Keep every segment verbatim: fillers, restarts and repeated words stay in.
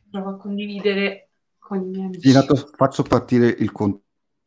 provo a condividere con i miei Sì, amici. intanto faccio partire il conto.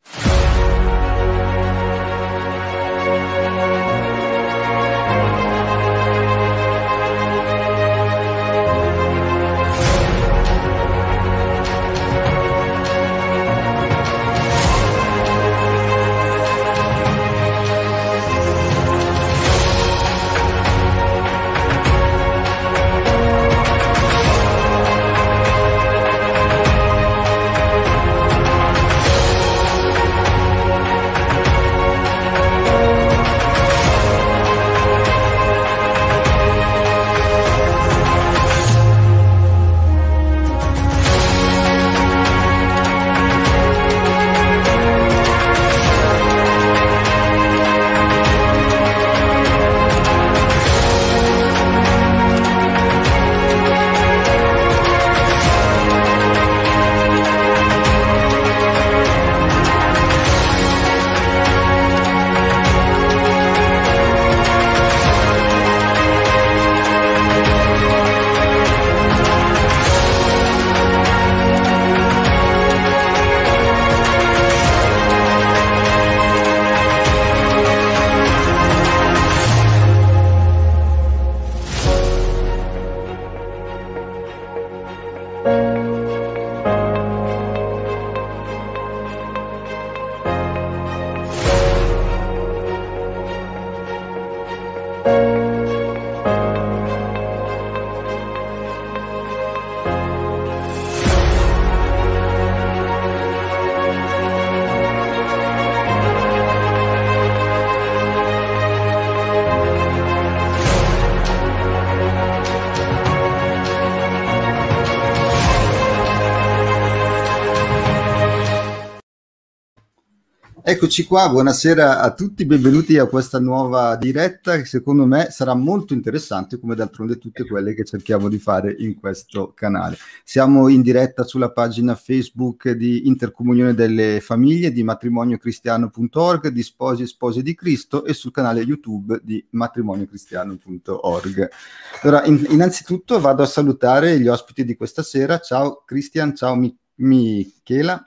Eccoci qua, buonasera a tutti, benvenuti a questa nuova diretta che secondo me sarà molto interessante, come d'altronde tutte quelle che cerchiamo di fare in questo canale. Siamo in diretta sulla pagina Facebook di Intercomunione delle Famiglie di matrimonio cristiano punto org, di Sposi e Spose di Cristo, e sul canale YouTube di matrimonio cristiano punto org. Allora, in, innanzitutto vado a salutare gli ospiti di questa sera. Ciao Cristian, ciao Mi- Michela.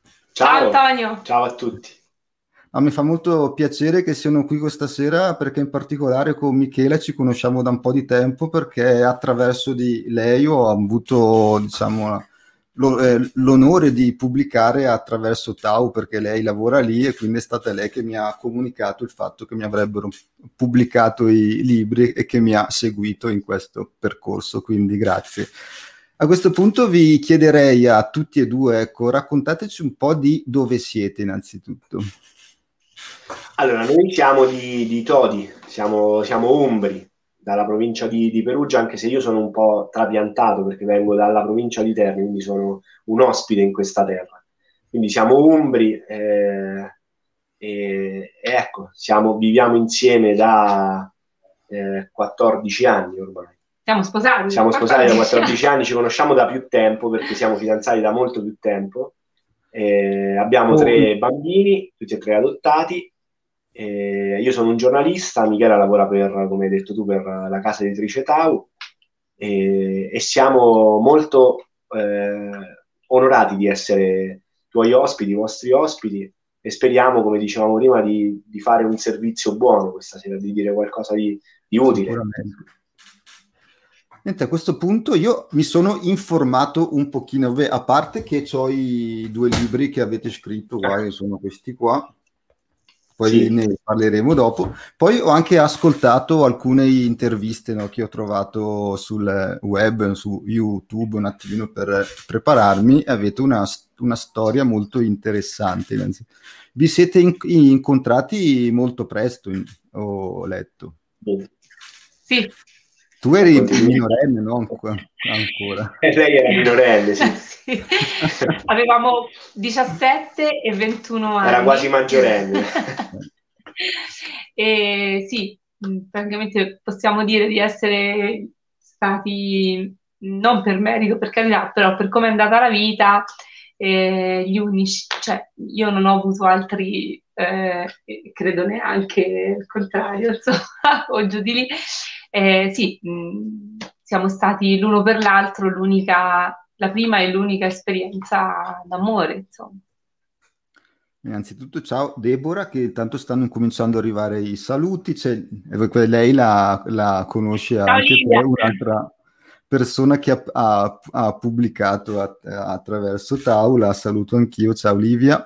Ciao Antonio. Ciao a tutti. Ah, mi fa molto piacere che siano qui questa sera, perché in particolare con Michela ci conosciamo da un po' di tempo, perché attraverso di lei ho avuto, diciamo, lo- eh, l'onore di pubblicare attraverso Tau, perché lei lavora lì e quindi è stata lei che mi ha comunicato il fatto che mi avrebbero pubblicato i libri e che mi ha seguito in questo percorso, quindi grazie. A questo punto vi chiederei a tutti e due, ecco, raccontateci un po' di dove siete innanzitutto. Allora, noi siamo di, di Todi, siamo, siamo umbri, dalla provincia di, di Perugia, anche se io sono un po' trapiantato perché vengo dalla provincia di Terni, quindi sono un ospite in questa terra. Quindi siamo umbri eh, e, e ecco, siamo, viviamo insieme da eh, quattordici anni ormai. Siamo sposati. Siamo sposati da quattordici anni, ci conosciamo da più tempo perché siamo fidanzati da molto più tempo. Eh, abbiamo tre bambini, tutti e tre adottati. Eh, io sono un giornalista, Michela lavora per, come hai detto tu, per la casa editrice Tau, e, e siamo molto eh, onorati di essere tuoi ospiti, i vostri ospiti, e speriamo, come dicevamo prima, di, di fare un servizio buono questa sera, di dire qualcosa di, di utile. Sicuramente. Niente, a questo punto io mi sono informato un pochino, a parte che ho i due libri che avete scritto qua, che sono questi qua, poi Sì. ne parleremo dopo. Poi ho anche ascoltato alcune interviste, no, che ho trovato sul web, su YouTube, un attimino per prepararmi, e avete una, una storia molto interessante. Vi siete in- incontrati molto presto, in- ho letto. Sì. Tu eri minorenne, no? Ancora. Eh, lei era minorenne, sì. Sì. Avevamo diciassette e ventuno anni. Era quasi maggiorenne. E sì, praticamente possiamo dire di essere stati, non per merito, per carità, però per come è andata la vita, eh, gli unici, cioè io non ho avuto altri, eh, credo neanche il contrario, insomma, o giù di lì. Eh, sì, mh, siamo stati l'uno per l'altro l'unica, la prima e l'unica esperienza d'amore, insomma. Innanzitutto ciao Deborah, che intanto stanno incominciando ad arrivare i saluti. C'è, lei la, la conosce Ciao anche te, Livia. un'altra persona che ha, ha- ha pubblicato a- attraverso Taula. Saluto anch'io, ciao Livia.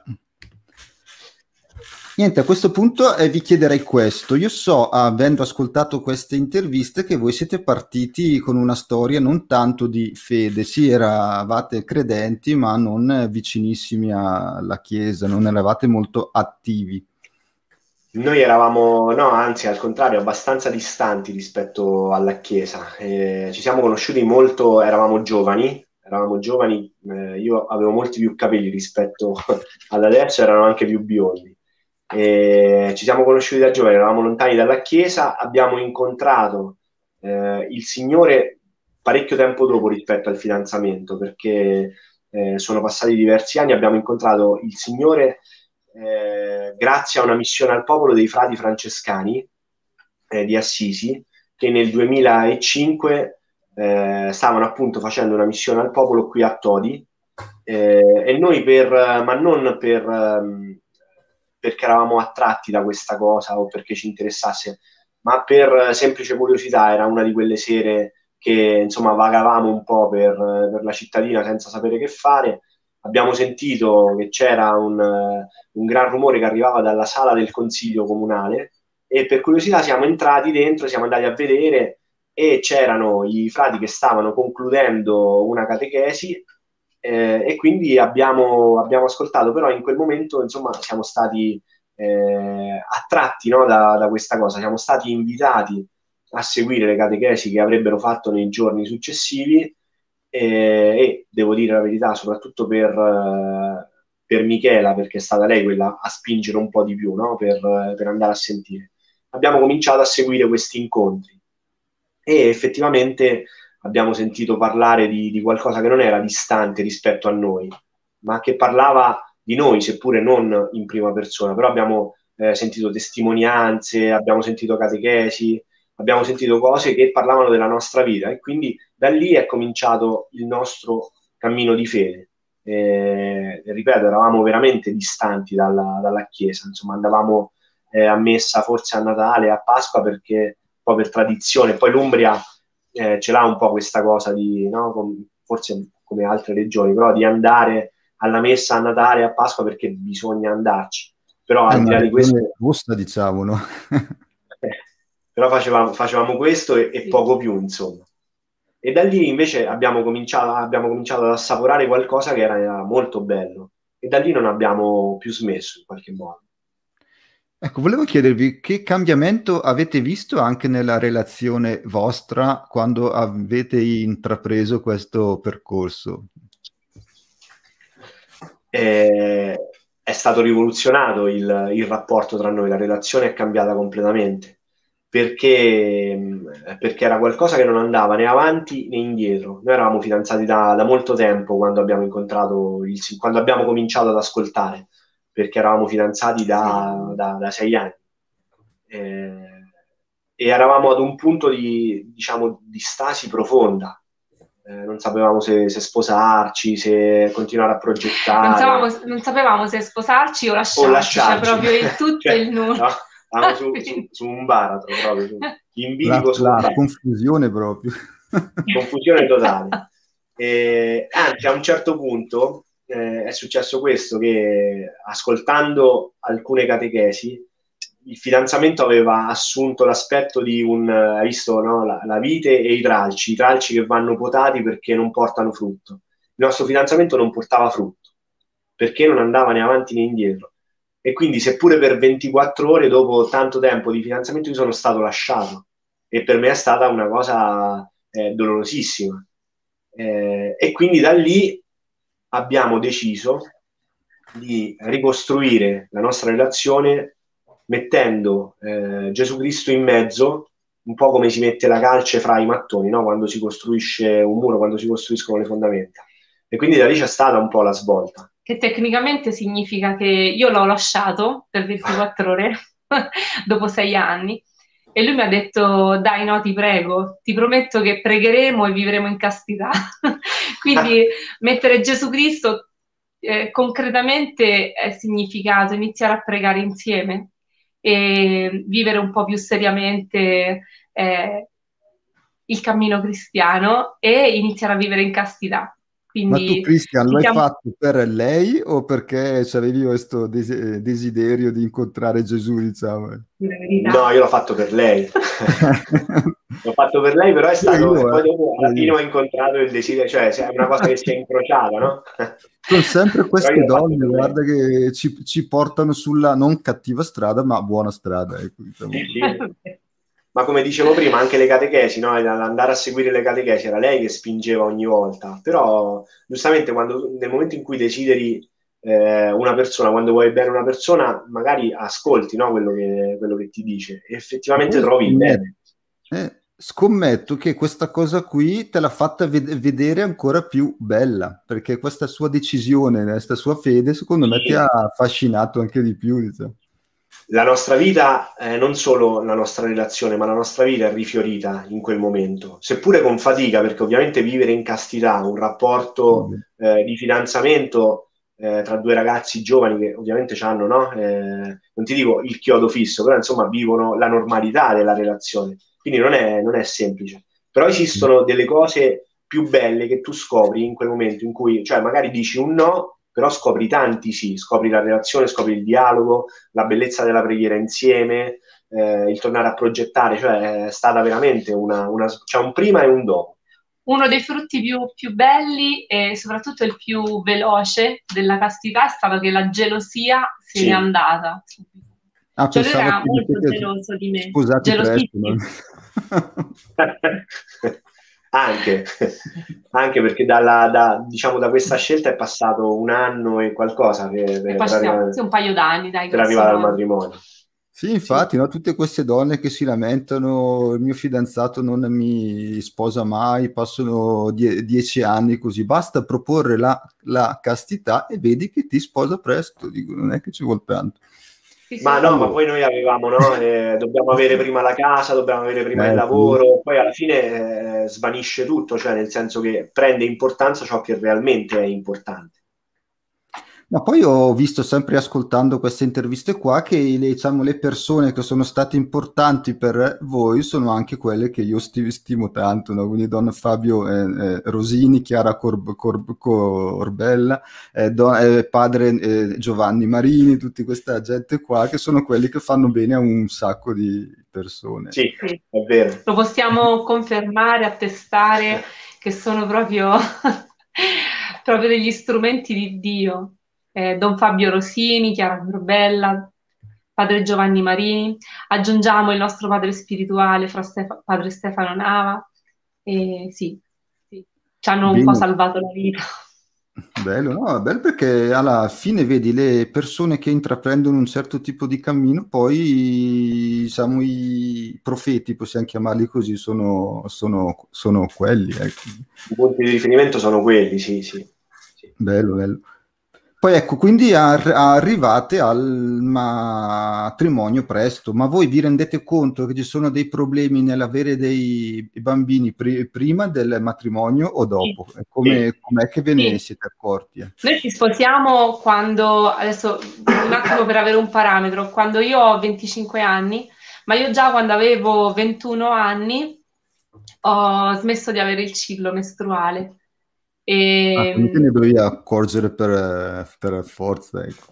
Niente, a questo punto eh, vi chiederei questo. Io so, avendo ascoltato queste interviste, che voi siete partiti con una storia non tanto di fede. Sì, eravate credenti, ma non vicinissimi alla Chiesa, non eravate molto attivi. Noi eravamo, no, anzi al contrario, abbastanza distanti rispetto alla Chiesa. Eh, ci siamo conosciuti molto, eravamo giovani, eravamo giovani, eh, io avevo molti più capelli rispetto ad adesso, erano anche più biondi. Eh, ci siamo conosciuti da giovani, eravamo lontani dalla Chiesa, abbiamo incontrato eh, il Signore parecchio tempo dopo rispetto al fidanzamento, perché eh, sono passati diversi anni, abbiamo incontrato il Signore eh, grazie a una missione al popolo dei frati francescani eh, di Assisi, che nel duemilacinque eh, stavano appunto facendo una missione al popolo qui a Todi, eh, e noi per, ma non per, um, perché eravamo attratti da questa cosa o perché ci interessasse, ma per semplice curiosità. Era una di quelle sere che insomma vagavamo un po' per, per la cittadina senza sapere che fare. Abbiamo sentito che c'era un, un gran rumore che arrivava dalla sala del consiglio comunale e per curiosità siamo entrati dentro, siamo andati a vedere e c'erano i frati che stavano concludendo una catechesi, eh, e quindi abbiamo, abbiamo ascoltato, però in quel momento insomma siamo stati eh, attratti, no, da, da questa cosa, siamo stati invitati a seguire le catechesi che avrebbero fatto nei giorni successivi, e, e devo dire la verità, soprattutto per, eh, per Michela, perché è stata lei quella a spingere un po' di più, no, per, per andare a sentire. Abbiamo cominciato a seguire questi incontri e effettivamente abbiamo sentito parlare di, di qualcosa che non era distante rispetto a noi, ma che parlava di noi, seppure non in prima persona. Però abbiamo eh, sentito testimonianze, abbiamo sentito catechesi, abbiamo sentito cose che parlavano della nostra vita, e quindi da lì è cominciato il nostro cammino di fede. Eh, ripeto, eravamo veramente distanti dalla, dalla Chiesa, insomma andavamo eh, a messa forse a Natale, a Pasqua, perché un po' per tradizione. Poi l'Umbria eh, ce l'ha un po' questa cosa di, no, com- forse come altre regioni, però di andare alla messa a Natale, a Pasqua, perché bisogna andarci. Però È al di una là di questo, regione giusta, diciamo, no? eh, però facevamo, facevamo questo e, e poco più, insomma. E da lì invece abbiamo cominciato, abbiamo cominciato ad assaporare qualcosa che era molto bello, e da lì non abbiamo più smesso in qualche modo. Ecco, volevo chiedervi che cambiamento avete visto anche nella relazione vostra quando avete intrapreso questo percorso? Eh, è stato rivoluzionato il, il rapporto tra noi, la relazione è cambiata completamente, perché, perché era qualcosa che non andava né avanti né indietro. Noi eravamo fidanzati da, da molto tempo quando abbiamo incontrato il, quando abbiamo cominciato ad ascoltare, perché eravamo fidanzati da, da, da sei anni. Eh, e eravamo ad un punto di, diciamo, di stasi profonda. Eh, non sapevamo se, se sposarci, se continuare a progettare. Non sapevamo, non sapevamo se sposarci o lasciarci, o lasciarci. Cioè proprio il tutto cioè, e il nulla. No, stavamo su, su, su un baratro proprio, su, in bilico La, su un la baratro. confusione proprio. Confusione totale. E, anzi, a un certo punto eh, è successo questo, che ascoltando alcune catechesi il fidanzamento aveva assunto l'aspetto di un, hai visto, no? la, la vite e i tralci, i tralci che vanno potati perché non portano frutto. Il nostro fidanzamento non portava frutto, perché non andava né avanti né indietro. E quindi, seppure per ventiquattro ore, dopo tanto tempo di fidanzamento, io sono stato lasciato. E per me è stata una cosa eh, dolorosissima. Eh, e quindi da lì abbiamo deciso di ricostruire la nostra relazione mettendo eh, Gesù Cristo in mezzo, un po' come si mette la calce fra i mattoni, no? Quando si costruisce un muro, quando si costruiscono le fondamenta. E quindi da lì c'è stata un po' la svolta. Che tecnicamente significa che io l'ho lasciato per ventiquattro ore dopo sei anni, e lui mi ha detto: dai, no, ti prego, ti prometto che pregheremo e vivremo in castità. Quindi mettere Gesù Cristo eh, concretamente è significato iniziare a pregare insieme e vivere un po' più seriamente eh, il cammino cristiano e iniziare a vivere in castità. Ma tu, Quindi Christian, ci lo hai siamo... fatto per lei o perché avevi questo des- desiderio di incontrare Gesù, diciamo? No, io l'ho fatto per lei. L'ho fatto per lei, però è Pure stato... E io, poi eh. dopo alla Pure fine io. ho incontrato il desiderio, cioè è una cosa che si è incrociata, no? Sono sempre Però io queste l'ho fatto donne, per lei. guarda, che ci, ci portano sulla non cattiva strada, ma buona strada. Ecco, diciamo. Sì, sì. Ma come dicevo prima, anche le catechesi, no? Andare a seguire le catechesi era lei che spingeva ogni volta. Però, giustamente, quando, nel momento in cui desideri eh, una persona, quando vuoi bene una persona, magari ascolti, no? Quello che, quello che ti dice e effettivamente Poi trovi il scommetto, bene. eh, scommetto che questa cosa qui te l'ha fatta ved- vedere ancora più bella, perché questa sua decisione, questa sua fede, secondo me ti Sì. ha affascinato anche di più, diciamo. La nostra vita, eh, non solo la nostra relazione, ma la nostra vita è rifiorita in quel momento, seppure con fatica, perché ovviamente vivere in castità, un rapporto eh, di fidanzamento eh, tra due ragazzi giovani che ovviamente hanno, no? Eh, non ti dico il chiodo fisso, però insomma vivono la normalità della relazione, quindi non è, non è semplice. Però esistono delle cose più belle che tu scopri in quel momento in cui, cioè magari dici un no, però scopri tanti sì, scopri la relazione, scopri il dialogo, la bellezza della preghiera insieme, eh, il tornare a progettare, cioè è stata veramente una, una, c'è un prima e un dopo. Uno dei frutti più, più belli e soprattutto il più veloce della castità è stato che la gelosia se n'è Sì. andata. Ah, Cioè lui pensavo era che vi molto siete geloso di me, sposati presto, no? gelosissimo. Anche, anche perché dalla, da, diciamo, da questa scelta è passato un anno e qualcosa per, E per poi ci siamo, arrivare, sì, un paio d'anni, dai, per grosso arrivare al modo. matrimonio. Sì, infatti, no? Tutte queste donne che si lamentano, il mio fidanzato non mi sposa mai, passano die- dieci anni così, basta proporre la, la castità e vedi che ti sposa presto, dico, non è che ci vuole tanto. Sì, sì. Ma no, Allora. ma poi noi avevamo, no? Eh, dobbiamo avere prima la casa, dobbiamo avere prima il Eh, sì. lavoro, poi alla fine eh, svanisce tutto, cioè nel senso che prende importanza ciò che realmente è importante. Ma poi ho visto sempre ascoltando queste interviste qua che le, diciamo, le persone che sono state importanti per voi sono anche quelle che io sti- stimo tanto, no? Quindi Don Fabio eh, eh, Rosini, Chiara Corb- Corb- Corbella, eh, Don- eh, padre eh, Giovanni Marini, tutta questa gente qua che sono quelli che fanno bene a un sacco di persone. Sì, Sì. è vero. Lo possiamo confermare, attestare che sono proprio, proprio degli strumenti di Dio. Eh, Don Fabio Rosini, Chiara Corbella, padre Giovanni Marini, aggiungiamo il nostro padre spirituale, fra Stefa- padre Stefano Nava, e sì, sì, ci hanno un po' Bene. salvato la vita. Bello, no? È bello perché alla fine vedi le persone che intraprendono un certo tipo di cammino, poi diciamo i profeti, possiamo chiamarli così, sono, sono, sono quelli. Ecco. I punti di riferimento sono quelli, sì, sì. sì. Bello, bello. Poi ecco, quindi ar- arrivate al matrimonio presto, ma voi vi rendete conto che ci sono dei problemi nell'avere dei bambini pri- prima del matrimonio o Sì, dopo? E come, com'è che ve ne sì. siete accorti? eh? Noi ci sposiamo quando, adesso un attimo per avere un parametro, quando io ho venticinque anni, ma io già quando avevo ventuno anni ho smesso di avere il ciclo mestruale. Ah, E, quindi te ne dovevi accorgere per, eh, per forza, ecco.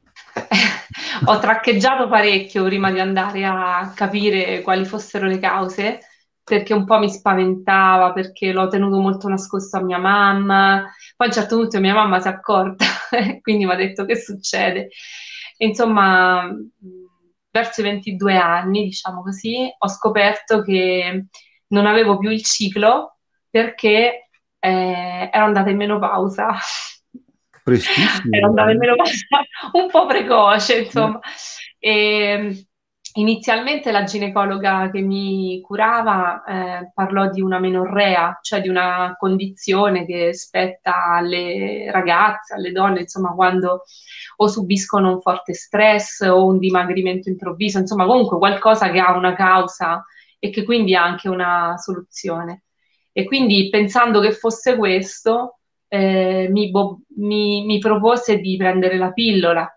ho traccheggiato parecchio prima di andare a capire quali fossero le cause, perché un po' mi spaventava, perché l'ho tenuto molto nascosto a mia mamma. Poi a un certo punto mia mamma si è accorta, quindi mi ha detto che succede. E, insomma, verso i ventidue anni, diciamo così, ho scoperto che non avevo più il ciclo perché eh, ero andata in menopausa. Ero Prestissimo. andata in eh. menopausa un po' precoce, Eh, insomma. E, inizialmente la ginecologa che mi curava eh, parlò di una menorrea, cioè di una condizione che spetta alle ragazze, alle donne, insomma, quando o subiscono un forte stress o un dimagrimento improvviso, insomma, comunque qualcosa che ha una causa e che quindi ha anche una soluzione. E quindi pensando che fosse questo, eh, mi, bo- mi, mi propose di prendere la pillola.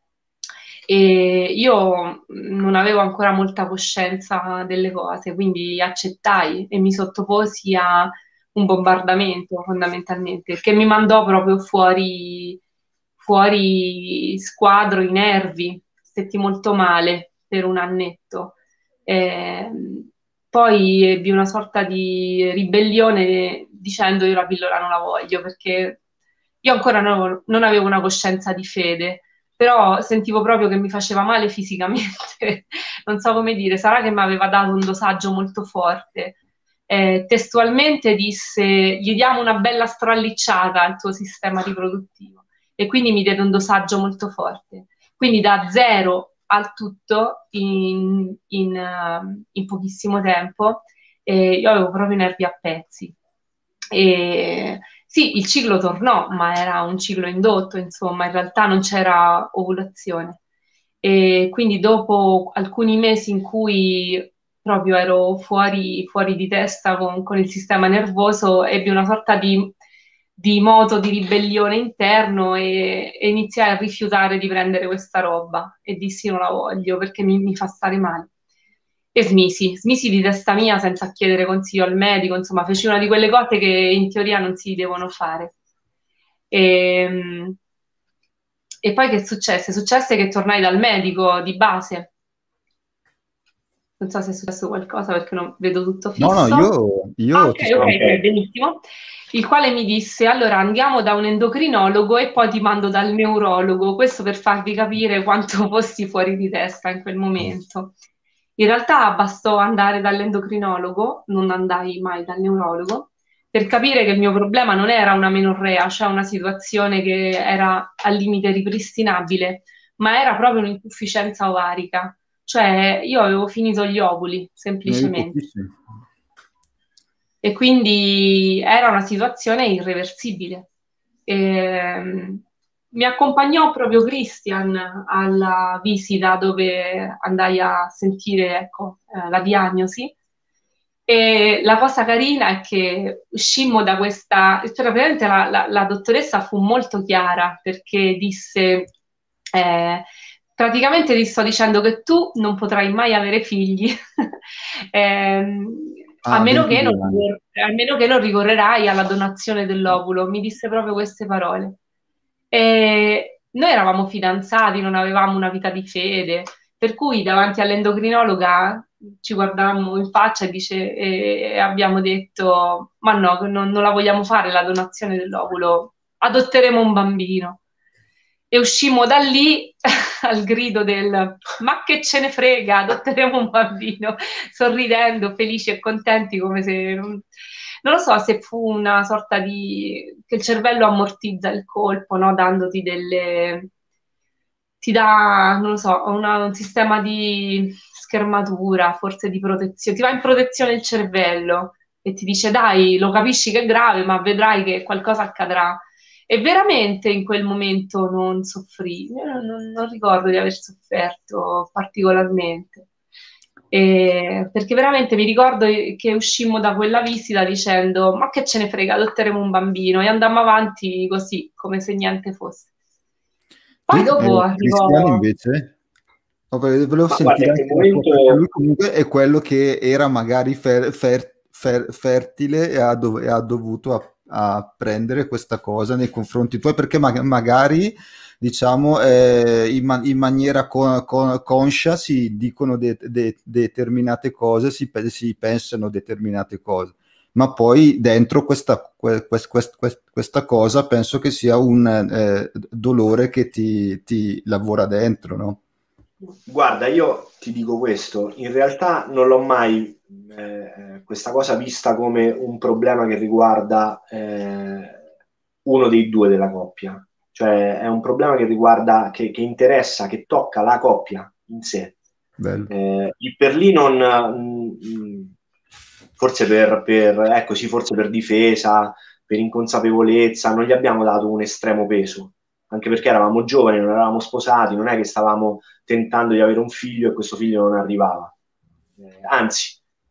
E io non avevo ancora molta coscienza delle cose, quindi accettai e mi sottoposi a un bombardamento fondamentalmente, che mi mandò proprio fuori, fuori squadro, i nervi, stetti molto male per un annetto. Eh, Poi ebbi una sorta di ribellione dicendo io la pillola non la voglio perché io ancora non avevo, non avevo una coscienza di fede, però sentivo proprio che mi faceva male fisicamente, non so come dire, sarà che mi aveva dato un dosaggio molto forte. Eh, testualmente disse, gli diamo una bella strallicciata al tuo sistema riproduttivo e quindi mi diede un dosaggio molto forte. Quindi da zero al tutto in, in, uh, in pochissimo tempo eh, io avevo proprio i nervi a pezzi. E sì, il ciclo tornò, ma era un ciclo indotto, insomma, in realtà non c'era ovulazione. E quindi dopo alcuni mesi in cui proprio ero fuori, fuori di testa con, con il sistema nervoso, ebbi una sorta di, di moto di ribellione interno e, e iniziai a rifiutare di prendere questa roba e dissi non la voglio perché mi, mi fa stare male. E smisi, smisi di testa mia senza chiedere consiglio al medico, insomma, feci una di quelle cose che in teoria non si devono fare. E, e poi che successe? Successe che tornai dal medico di base. Non so se è successo qualcosa perché non vedo tutto No, no, fisso. io, Ah, io ok, ti ok, sto... ok, benissimo. Il quale mi disse: allora andiamo da un endocrinologo e poi ti mando dal neurologo. Questo per farvi capire quanto fossi fuori di testa in quel momento. In realtà bastò andare dall'endocrinologo, non andai mai dal neurologo, per capire che il mio problema non era una menorrea, cioè una situazione che era al limite ripristinabile, ma era proprio un'insufficienza ovarica. Cioè, io avevo finito gli ovuli, Ne avevi semplicemente. pochissimi. E quindi era una situazione irreversibile. E, mi accompagnò proprio Christian alla visita dove andai a sentire, ecco, eh, la diagnosi. E la cosa carina è che uscimmo da questa, cioè praticamente la, la, la dottoressa fu molto chiara perché disse, eh, praticamente ti sto dicendo che tu non potrai mai avere figli, ehm, a Ah, meno che non, ventidue anni. a meno che non ricorrerai alla donazione dell'ovulo. Mi disse proprio queste parole. E noi eravamo fidanzati, non avevamo una vita di fede, per cui davanti all'endocrinologa ci guardavamo in faccia e, dice, e, e abbiamo detto: ma no, non, non la vogliamo fare la donazione dell'ovulo, adotteremo un bambino. E uscimmo da lì al grido del ma che ce ne frega, adotteremo un bambino, sorridendo, felici e contenti, come se non, non lo so se fu una sorta di che il cervello ammortizza il colpo, no? Dandoti delle ti dà, non lo so, una- un sistema di schermatura, forse di protezione, ti va in protezione il cervello e ti dice dai, lo capisci che è grave, ma vedrai che qualcosa accadrà. E veramente in quel momento non soffrì, io non, non ricordo di aver sofferto particolarmente. E- perché veramente mi ricordo che uscimmo da quella visita dicendo ma che ce ne frega, adotteremo un bambino e andammo avanti così, come se niente fosse. Tu, Poi dopo eh, Cristiano, arrivò. invece? Oh, perché volevo Ma guarda, sentire in quel anche la tua, perché lui momento, comunque è quello che era magari fer- fer- fer- fertile e ha, dov- e ha dovuto a, a prendere questa cosa nei confronti tuoi, perché ma- magari, diciamo, eh, in, ma- in maniera co- co- conscia si dicono de- de- determinate cose, si, pe- si pensano determinate cose, ma poi dentro questa, que- quest- quest- quest- questa cosa penso che sia un eh, dolore che ti, ti lavora dentro, no? guarda, io ti dico questo, in realtà non l'ho mai eh, questa cosa vista come un problema che riguarda eh, uno dei due della coppia, cioè è un problema che riguarda, che, che interessa, che tocca la coppia in sé. Bello. Eh, lì per lì non, mh, forse per, per, ecco sì, forse per difesa, per inconsapevolezza, non gli abbiamo dato un estremo peso, anche perché eravamo giovani, non eravamo sposati, non è che stavamo tentando di avere un figlio e questo figlio non arrivava. Eh, anzi,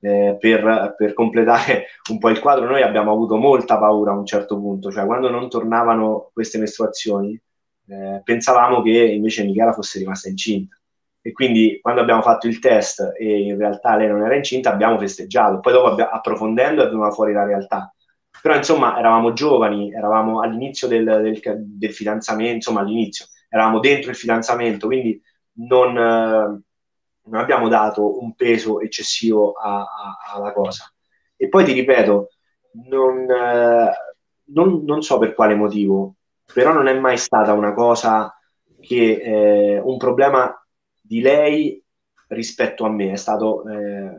eh, per, per completare un po' il quadro, noi abbiamo avuto molta paura a un certo punto, cioè quando non tornavano queste mestruazioni, eh, pensavamo che invece Michela fosse rimasta incinta. E quindi quando abbiamo fatto il test e in realtà lei non era incinta, abbiamo festeggiato. Poi dopo abbia- approfondendo è venuta fuori la realtà. Però insomma eravamo giovani, eravamo all'inizio del, del, del fidanzamento, insomma all'inizio, eravamo dentro il fidanzamento, quindi non, eh, non abbiamo dato un peso eccessivo a- a- alla cosa. E poi ti ripeto, non, eh, non, non so per quale motivo, però non è mai stata una cosa che eh, un problema di lei rispetto a me, è stato eh,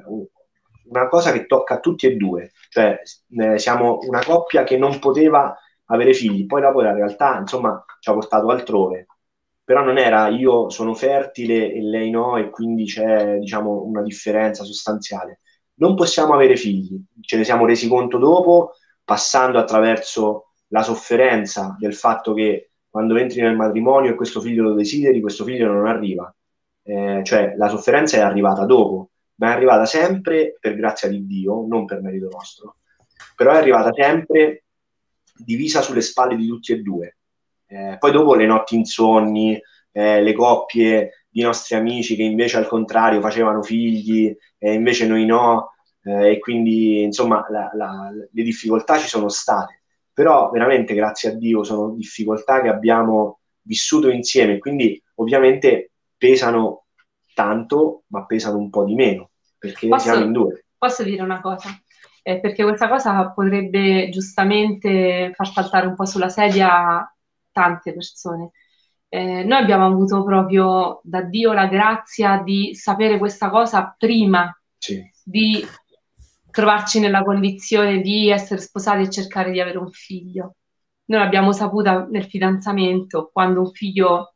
una cosa che tocca a tutti e due, cioè eh, siamo una coppia che non poteva avere figli, poi dopo la realtà insomma ci ha portato altrove, però non era io sono fertile e lei no e quindi c'è diciamo una differenza sostanziale. Non possiamo avere figli, ce ne siamo resi conto dopo, passando attraverso la sofferenza del fatto che quando entri nel matrimonio e questo figlio lo desideri, questo figlio non arriva. Eh, cioè la sofferenza è arrivata dopo, ma è arrivata sempre per grazia di Dio, non per merito nostro, però è arrivata sempre divisa sulle spalle di tutti e due. Eh, poi dopo le notti insonni, eh, le coppie di nostri amici che invece al contrario facevano figli e invece noi no, eh, e quindi insomma la, la, le difficoltà ci sono state, però veramente grazie a Dio sono difficoltà che abbiamo vissuto insieme, quindi ovviamente pesano tanto, ma pesano un po' di meno, perché Posso, siamo in due. posso dire una cosa? Eh, perché questa cosa potrebbe giustamente far saltare un po' sulla sedia tante persone. Eh, noi abbiamo avuto proprio da Dio la grazia di sapere questa cosa prima Sì. di trovarci nella condizione di essere sposati e cercare di avere un figlio. Noi l'abbiamo saputa nel fidanzamento, quando un figlio,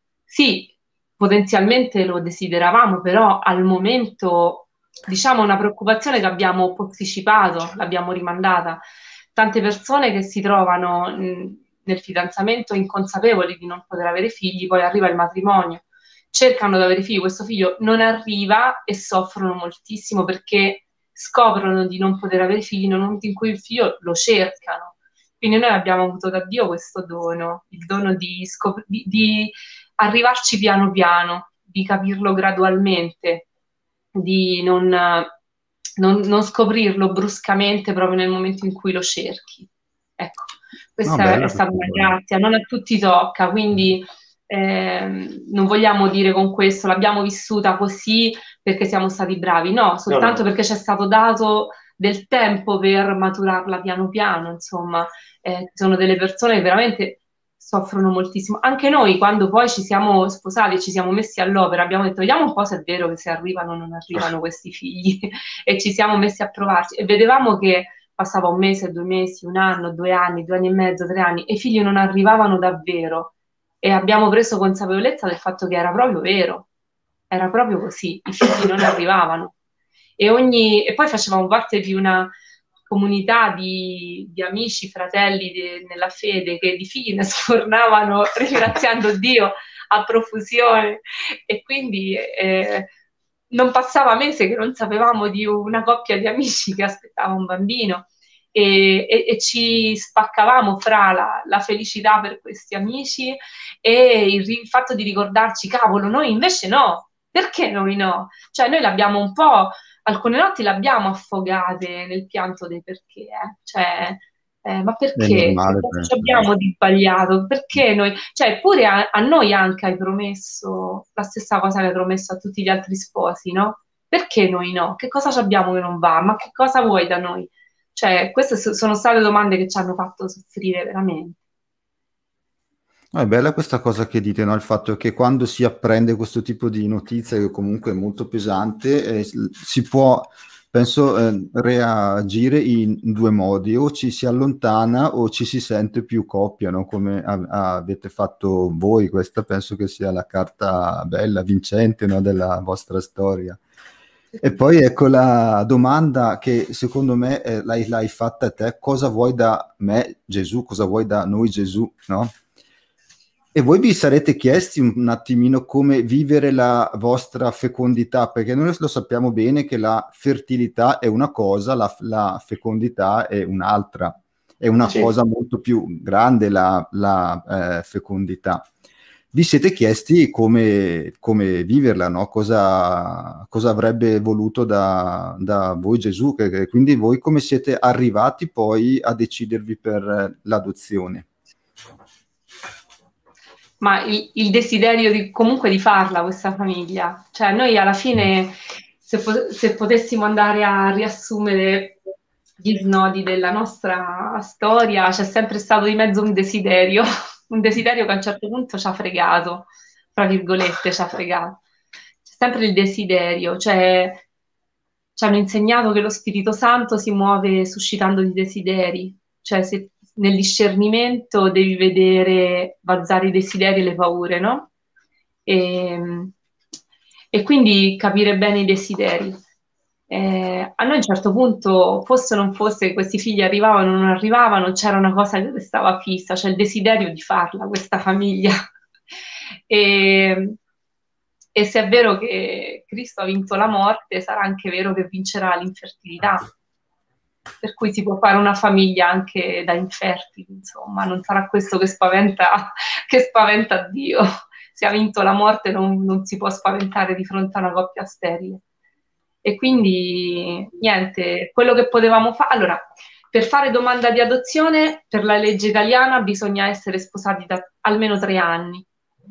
sì, potenzialmente lo desideravamo, però al momento, diciamo, una preoccupazione che abbiamo posticipato, l'abbiamo rimandata. Tante persone che si trovano mh, nel fidanzamento inconsapevoli di non poter avere figli, poi arriva il matrimonio, cercano di avere figli, questo figlio non arriva e soffrono moltissimo perché scoprono di non poter avere figli nel momento in cui il figlio lo cercano. Quindi noi abbiamo avuto da Dio questo dono, il dono di, scop- di, di arrivarci piano piano, di capirlo gradualmente, di non, non, non scoprirlo bruscamente proprio nel momento in cui lo cerchi. Ecco, No, questa è, bella è stata questa una cosa. grazia, non a tutti tocca, quindi eh, non vogliamo dire con questo l'abbiamo vissuta così perché siamo stati bravi, no, soltanto No, no. perché ci è stato dato del tempo per maturarla piano piano, insomma, eh, ci sono delle persone che veramente soffrono moltissimo. Anche noi, quando poi ci siamo sposati e ci siamo messi all'opera, abbiamo detto, vediamo un po' se è vero che se arrivano o non arrivano questi figli, e ci siamo messi a provarci, e vedevamo che passava un mese, due mesi, un anno, due anni, due anni e mezzo, tre anni, e i figli non arrivavano davvero, e abbiamo preso consapevolezza del fatto che era proprio vero, era proprio così, i figli non arrivavano. E, ogni, e poi facevamo parte di una comunità di, di amici, fratelli de, nella fede che di figli ne sfornavano ringraziando Dio a profusione, e quindi eh, non passava mese che non sapevamo di una coppia di amici che aspettava un bambino, e, e, e ci spaccavamo fra la, la felicità per questi amici e il, il fatto di ricordarci, cavolo, noi invece no, perché noi no? Cioè noi l'abbiamo un po', alcune notti le abbiamo affogate nel pianto dei perché, eh? Cioè, eh, ma È perché? Che normale, cosa ci penso. abbiamo di sbagliato? Perché noi, cioè pure a, a noi anche hai promesso la stessa cosa che hai promesso a tutti gli altri sposi, no? Perché noi no? Che cosa ci abbiamo che non va? Ma che cosa vuoi da noi? Cioè, queste so- sono state domande che ci hanno fatto soffrire veramente. No, è bella questa cosa che dite, no? Il fatto che quando si apprende questo tipo di notizia, che comunque è molto pesante, eh, si può, penso, eh, reagire in due modi: o ci si allontana o ci si sente più coppia, no? Come a- avete fatto voi. Questa penso che sia la carta bella, vincente, no? Della vostra storia. E poi ecco la domanda che secondo me eh, l'hai, l'hai fatta a te: cosa vuoi da me, Gesù? Cosa vuoi da noi, Gesù? No? E voi vi sarete chiesti un attimino come vivere la vostra fecondità, perché noi lo sappiamo bene che la fertilità è una cosa, la, la fecondità è un'altra, è una Sì. cosa molto più grande la, la eh, fecondità. Vi siete chiesti come, come viverla, no? Cosa, cosa avrebbe voluto da, da voi Gesù? Che, che, quindi voi come siete arrivati poi a decidervi per l'adozione? Ma il, il desiderio di, comunque di farla questa famiglia, cioè noi alla fine se, po- se potessimo andare a riassumere gli snodi della nostra storia, c'è sempre stato di mezzo un desiderio, un desiderio che a un certo punto ci ha fregato, tra virgolette ci ha fregato, c'è sempre il desiderio, cioè ci hanno insegnato che lo Spirito Santo si muove suscitando i desideri, cioè se nel discernimento devi vedere balzare i desideri e le paure, no? E, e quindi capire bene i desideri. Eh, a noi a un certo punto, fosse o non fosse, questi figli arrivavano o non arrivavano, c'era una cosa che stava fissa, cioè il desiderio di farla, questa famiglia. E, e se è vero che Cristo ha vinto la morte, sarà anche vero che vincerà l'infertilità. Per cui si può fare una famiglia anche da infertili, insomma, non sarà questo che spaventa, che spaventa Dio. Se ha vinto la morte non, non si può spaventare di fronte a una coppia sterile. E quindi, niente, quello che potevamo fare... Allora, per fare domanda di adozione, per la legge italiana bisogna essere sposati da almeno tre anni.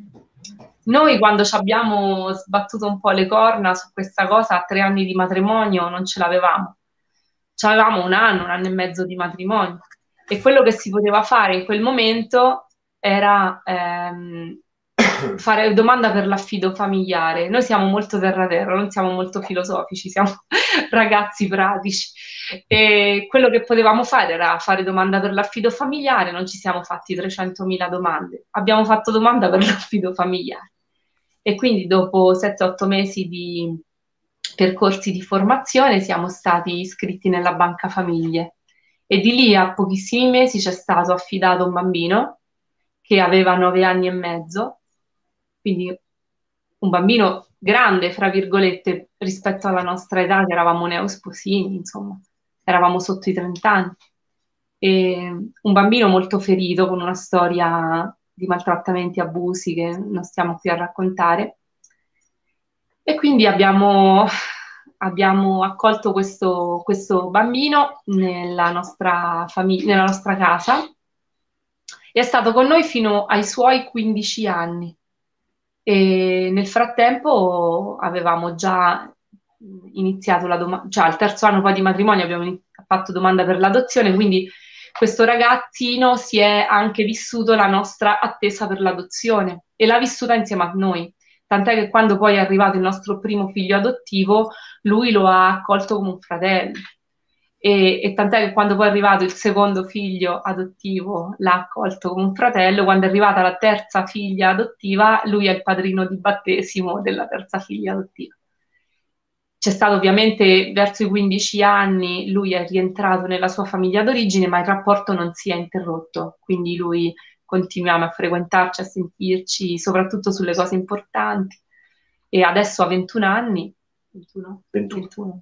Noi quando ci abbiamo sbattuto un po' le corna su questa cosa, a tre anni di matrimonio non ce l'avevamo. Avevamo un anno, un anno e mezzo di matrimonio e quello che si poteva fare in quel momento era ehm, fare domanda per l'affido familiare. Noi siamo molto terra-terra, non siamo molto filosofici, siamo ragazzi pratici e quello che potevamo fare era fare domanda per l'affido familiare, non ci siamo fatti trecentomila domande, abbiamo fatto domanda per l'affido familiare e quindi dopo sette otto mesi di percorsi di formazione siamo stati iscritti nella banca famiglie e di lì a pochissimi mesi ci è stato affidato un bambino che aveva nove anni e mezzo, quindi un bambino grande, fra virgolette, rispetto alla nostra età, che eravamo neosposini, insomma, eravamo sotto i trenta anni. E un bambino molto ferito, con una storia di maltrattamenti e abusi che non stiamo qui a raccontare. E quindi abbiamo, abbiamo accolto questo, questo bambino nella nostra famiglia, nella nostra casa e è stato con noi fino ai suoi quindici anni. E nel frattempo avevamo già iniziato la domanda, cioè al terzo anno poi di matrimonio abbiamo fatto domanda per l'adozione, quindi questo ragazzino si è anche vissuto la nostra attesa per l'adozione e l'ha vissuta insieme a noi. Tant'è che quando poi è arrivato il nostro primo figlio adottivo, lui lo ha accolto come un fratello. E, e tant'è che quando poi è arrivato il secondo figlio adottivo, l'ha accolto come un fratello. Quando è arrivata la terza figlia adottiva, lui è il padrino di battesimo della terza figlia adottiva. C'è stato ovviamente verso i quindici anni, lui è rientrato nella sua famiglia d'origine, ma il rapporto non si è interrotto. Quindi lui continuiamo a frequentarci, a sentirci, soprattutto sulle cose importanti. E adesso ha ventuno anni. ventuno? ventuno. ventuno.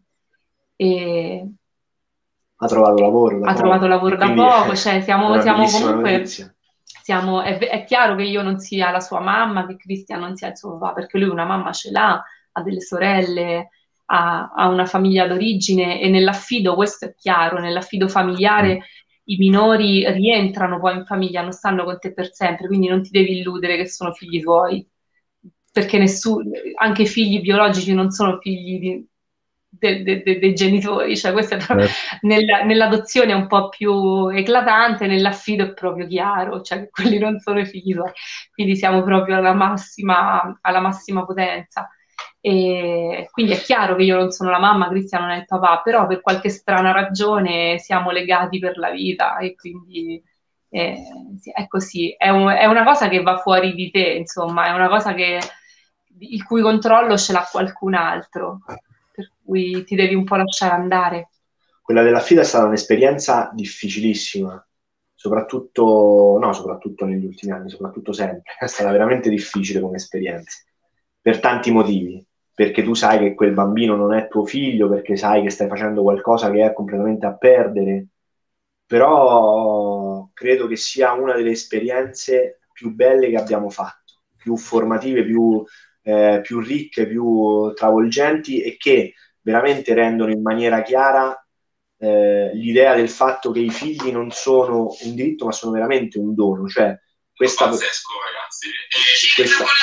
E ha trovato lavoro da ha poco. trovato lavoro da poco, cioè siamo, siamo comunque... Notizia. Siamo, è, è chiaro che io non sia la sua mamma, che Cristian non sia il suo papà, perché lui una mamma ce l'ha, ha delle sorelle, ha, ha una famiglia d'origine e nell'affido, questo è chiaro, nell'affido familiare i minori rientrano poi in famiglia, non stanno con te per sempre, quindi non ti devi illudere che sono figli tuoi, perché nessuno, anche i figli biologici non sono figli di, de, de, de, dei genitori, cioè questo è proprio, certo. nella, nell'adozione è un po' più eclatante, nell'affido è proprio chiaro, cioè che quelli non sono i figli tuoi, quindi siamo proprio alla massima, alla massima potenza. E quindi è chiaro che io non sono la mamma, Cristian non è il papà, però per qualche strana ragione siamo legati per la vita e quindi eh, è così, è, un, è una cosa che va fuori di te, insomma, è una cosa che, il cui controllo ce l'ha qualcun altro, per cui ti devi un po' lasciare andare. Quella dell'affido è stata un'esperienza difficilissima, soprattutto, no, soprattutto negli ultimi anni, soprattutto sempre, è stata veramente difficile come esperienza, per tanti motivi, perché tu sai che quel bambino non è tuo figlio, perché sai che stai facendo qualcosa che è completamente a perdere, però credo che sia una delle esperienze più belle che abbiamo fatto, più formative, più, eh, più ricche, più travolgenti e che veramente rendono in maniera chiara eh, l'idea del fatto che i figli non sono un diritto, ma sono veramente un dono. Cioè, questa, pazzesco, ragazzi. E questa... con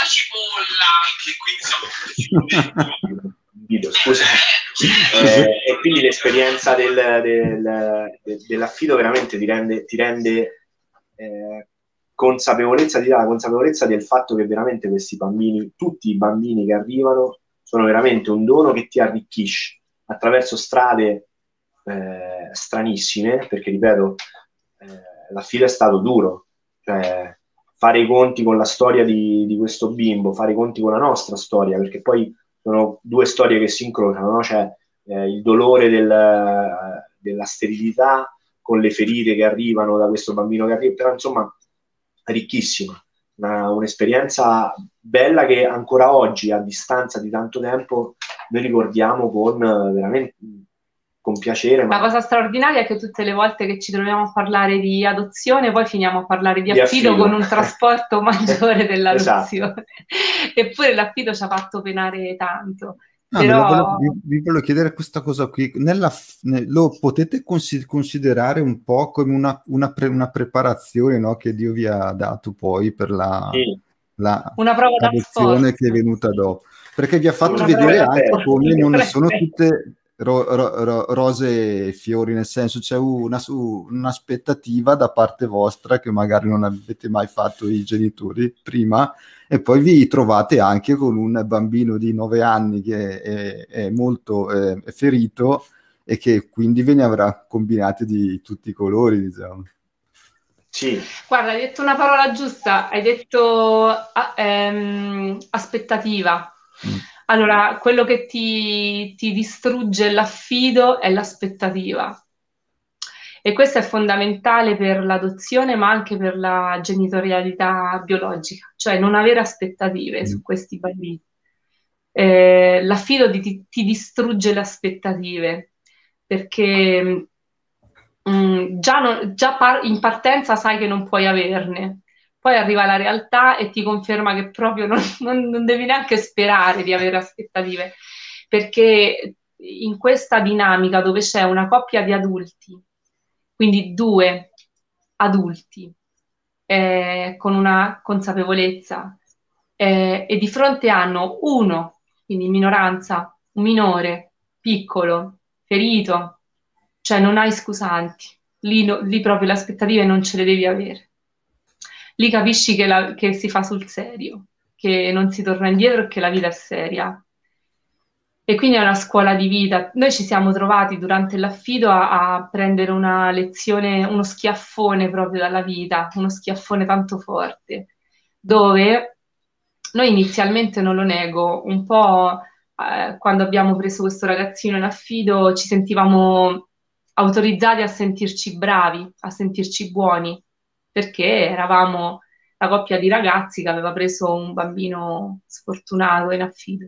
la cipolla, che quindi siamo video, scusa. Eh, e quindi l'esperienza del, del, del, dell'affido veramente ti rende, ti rende eh, consapevolezza, ti dà la consapevolezza del fatto che veramente questi bambini, tutti i bambini che arrivano, sono veramente un dono che ti arricchisce attraverso strade eh, stranissime, perché ripeto, eh, l'affido è stato duro, cioè fare i conti con la storia di, di questo bimbo, fare i conti con la nostra storia, perché poi sono due storie che si incrociano, no? C'è eh, il dolore del, della sterilità con le ferite che arrivano da questo bambino che arriva, però insomma ricchissima, una, un'esperienza bella che ancora oggi, a distanza di tanto tempo, noi ricordiamo con veramente con piacere. Ma... La cosa straordinaria è che tutte le volte che ci troviamo a parlare di adozione, poi finiamo a parlare di, di affido, affido con un trasporto maggiore dell'adozione. Esatto. Eppure l'affido ci ha fatto penare tanto. No, Però... volevo, vi, vi volevo chiedere questa cosa qui. Nella, ne, lo potete consi- considerare un po' come una, una, pre, una preparazione, no, che Dio vi ha dato poi per la, sì. la una prova adozione che è venuta dopo? Perché vi ha fatto una vedere anche come non sono tutte ro, ro, ro, rose e fiori, nel senso c'è una, un'aspettativa da parte vostra che magari non avete mai fatto i genitori prima, e poi vi trovate anche con un bambino di nove anni che è, è molto eh, è ferito e che quindi ve ne avrà combinati di tutti i colori, diciamo. Sì. Guarda, hai detto una parola giusta, hai detto ah, ehm, aspettativa. Mm. Allora, quello che ti, ti distrugge l'affido è l'aspettativa. E questo è fondamentale per l'adozione, ma anche per la genitorialità biologica, cioè non avere aspettative mm. su questi bambini. Eh, l'affido ti, ti distrugge le aspettative, perché mh, già, non, già par- in partenza sai che non puoi averne. Poi arriva la realtà e ti conferma che proprio non, non, non devi neanche sperare di avere aspettative, perché in questa dinamica dove c'è una coppia di adulti, quindi due adulti eh, con una consapevolezza eh, e di fronte hanno uno, quindi in minoranza, un minore, piccolo, ferito, cioè non hai scusanti, lì, no, lì proprio le aspettative non ce le devi avere. Lì capisci che, la, che si fa sul serio, che non si torna indietro e che la vita è seria. E quindi è una scuola di vita. Noi ci siamo trovati durante l'affido a, a prendere una lezione, uno schiaffone proprio dalla vita, uno schiaffone tanto forte, dove noi inizialmente, non lo nego, un po' eh, quando abbiamo preso questo ragazzino in affido ci sentivamo autorizzati a sentirci bravi, a sentirci buoni, perché eravamo la coppia di ragazzi che aveva preso un bambino sfortunato in affido.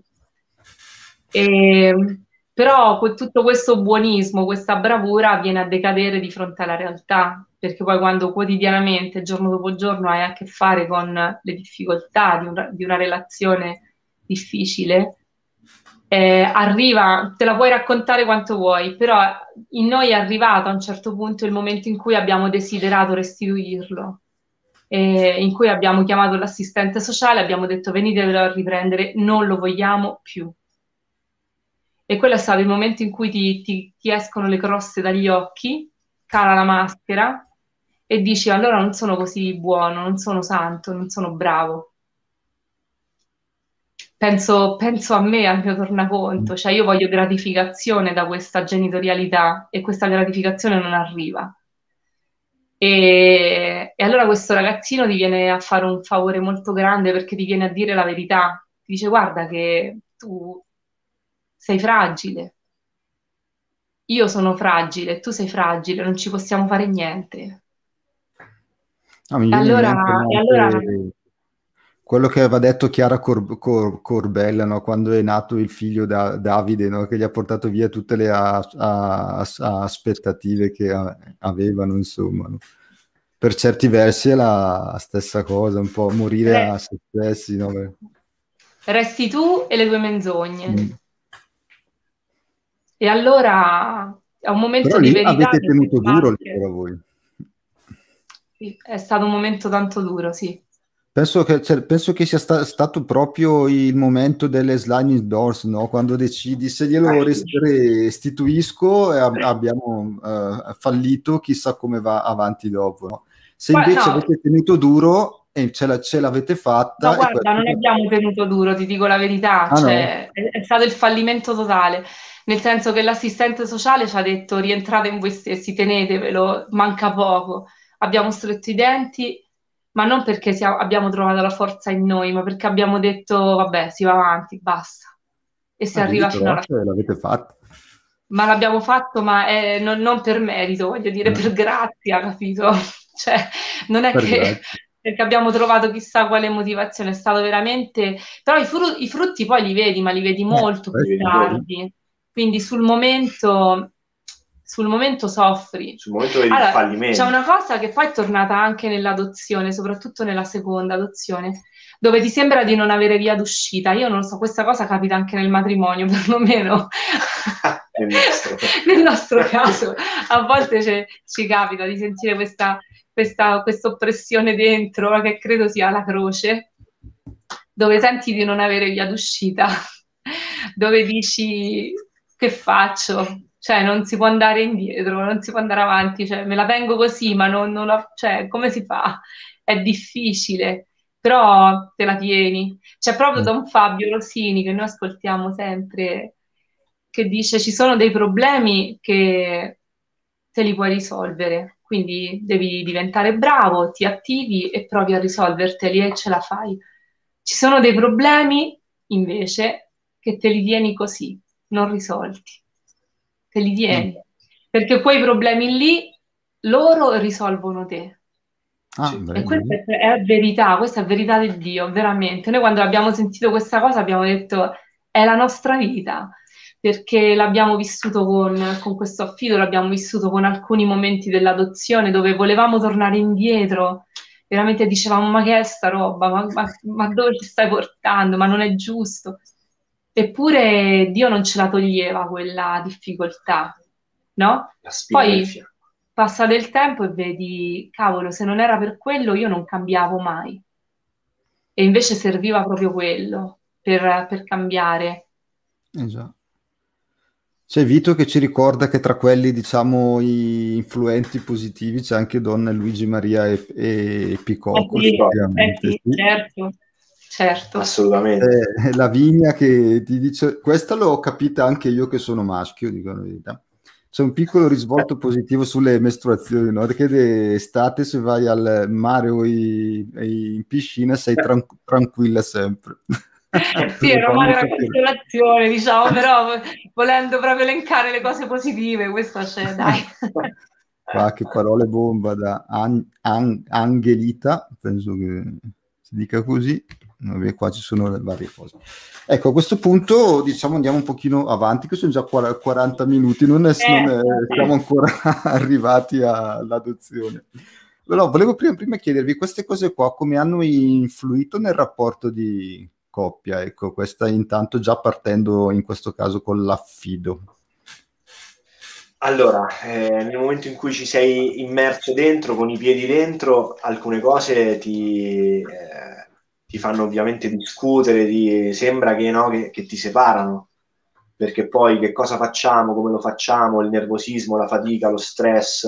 E, però tutto questo buonismo, questa bravura viene a decadere di fronte alla realtà, perché poi quando quotidianamente, giorno dopo giorno, hai a che fare con le difficoltà di, un, di una relazione difficile, eh, arriva, te la puoi raccontare quanto vuoi, però in noi è arrivato a un certo punto il momento in cui abbiamo desiderato restituirlo, eh, in cui abbiamo chiamato l'assistente sociale, abbiamo detto venitelo a riprendere, non lo vogliamo più. E quello è stato il momento in cui ti, ti, ti escono le croste dagli occhi, cala la maschera e dici allora non sono così buono, non sono santo, non sono bravo. Penso, penso a me, al mio tornaconto, cioè io voglio gratificazione da questa genitorialità e questa gratificazione non arriva. E, e allora questo ragazzino ti viene a fare un favore molto grande perché ti viene a dire la verità. Ti dice guarda che tu sei fragile. Io sono fragile, tu sei fragile, non ci possiamo fare niente. Ah, mi E viene in allora, mente no, e allora anche quello che aveva detto Chiara Cor- Cor- Corbella, no, quando è nato il figlio da- Davide, no, che gli ha portato via tutte le a- a- a- aspettative che a- avevano, insomma, no. Per certi versi è la stessa cosa, un po' morire re- a se stessi, no? Beh. resti tu e le tue menzogne. Mm. E allora è un Però momento di lì verità avete che si tenuto duro lì sbatte. però voi. Sì, è stato un momento tanto duro, sì. Penso che, cioè, penso che sia sta- stato proprio il momento delle sliding doors, no? Quando decidi se glielo Eh, res- restituisco e ab- abbiamo eh, fallito, chissà come va avanti dopo, no? Se Gua- invece No, avete tenuto duro e ce, la- ce l'avete no, fatta, e guarda, questo... non abbiamo tenuto duro, ti dico la verità, Ah no? cioè è, è stato il fallimento totale, nel senso che l'assistente sociale ci ha detto rientrate in voi stessi, tenetevelo, manca poco. Abbiamo stretto i denti, ma non perché sia- abbiamo trovato la forza in noi, ma perché abbiamo detto vabbè, si va avanti, basta. E si Ah, vedi arriva fino però, alla cioè, l'avete fatta. Ma l'abbiamo fatto, ma è- non, non per merito, voglio dire, Eh, per grazia, capito? Cioè, non è per che grazia. perché abbiamo trovato chissà quale motivazione, è stato veramente... Però i, fru- i frutti poi li vedi, ma li vedi Eh, molto più li vedi questo, dopo. tardi. Quindi sul momento, sul momento soffri. Sul momento vedi il Allora, c'è fallimento. una cosa che poi è tornata anche nell'adozione, soprattutto nella seconda adozione, dove ti sembra di non avere via d'uscita. Io non lo so, questa cosa capita anche nel matrimonio, perlomeno Nel nostro. nel nostro caso. A volte ce- ci capita di sentire questa, questa questa oppressione dentro, che credo sia la croce, dove senti di non avere via d'uscita, dove dici che faccio? Cioè, non si può andare indietro, non si può andare avanti, cioè, me la tengo così, ma non, non la- cioè, come si fa? È difficile, però te la tieni. C'è proprio eh, Don Fabio Rosini, che noi ascoltiamo sempre, che dice ci sono dei problemi che te li puoi risolvere, quindi devi diventare bravo, ti attivi e provi a risolverteli e ce la fai. Ci sono dei problemi, invece, che te li tieni così, non risolti. Te li eh. tieni. Perché quei problemi lì, loro risolvono te. Ah, E beh, questa vedi? è, è verità, questa è verità di Dio, veramente. Noi quando abbiamo sentito questa cosa abbiamo detto è la nostra vita, perché l'abbiamo vissuto con, con questo affido, l'abbiamo vissuto con alcuni momenti dell'adozione dove volevamo tornare indietro, veramente dicevamo ma che è sta roba, ma, ma- ma dove ci stai portando, ma non è giusto. Eppure Dio non ce la toglieva quella difficoltà, no? La spina nel Poi fianco. passa del tempo e vedi, cavolo, se non era per quello io non cambiavo mai. E invece serviva proprio quello per, per cambiare. Eh già. C'è Vito che ci ricorda che tra quelli, diciamo, i influenti positivi c'è anche Don Luigi Maria e, e Eh Picocco, sì, eh effettivamente, sì, sì. certo, certo. Assolutamente. Eh, Lavinia che ti dice, questa l'ho capita anche io che sono maschio, dico la verità. C'è un piccolo risvolto positivo sulle mestruazioni, no? Perché d'estate se vai al mare o i- in piscina sei tran- tranquilla sempre. Sì, è Cosa fa? una Non magra so perché. consolazione, diciamo, però volendo proprio elencare le cose positive, questo c'è, dai. Qua che parole bomba da An- An- Angelita, penso che si dica così. Vabbè, qua ci sono le varie cose. Ecco, a questo punto diciamo andiamo un pochino avanti, che sono già quar- quaranta minuti, non, è, non è- Eh, siamo ancora arrivati all'adozione. Però volevo prima, prima chiedervi queste cose qua come hanno influito nel rapporto di coppia, ecco, questa intanto già partendo in questo caso con l'affido. Allora, eh, nel momento in cui ci sei immerso dentro, con i piedi dentro, alcune cose ti, eh, ti fanno ovviamente discutere, ti, sembra che, no, che, che ti separano, perché poi che cosa facciamo, come lo facciamo, il nervosismo, la fatica, lo stress,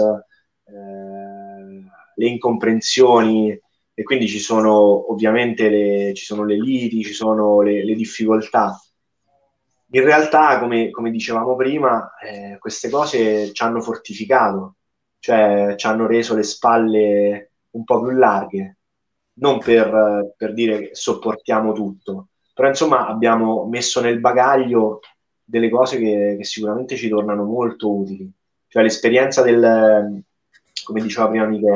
eh, le incomprensioni, e quindi ci sono ovviamente le, ci sono le liti, ci sono le, le difficoltà. In realtà, come, come dicevamo prima, eh, queste cose ci hanno fortificato, cioè ci hanno reso le spalle un po' più larghe, non per, per dire che sopportiamo tutto, però insomma abbiamo messo nel bagaglio delle cose che, che sicuramente ci tornano molto utili. Cioè l'esperienza del, come diceva prima Michela,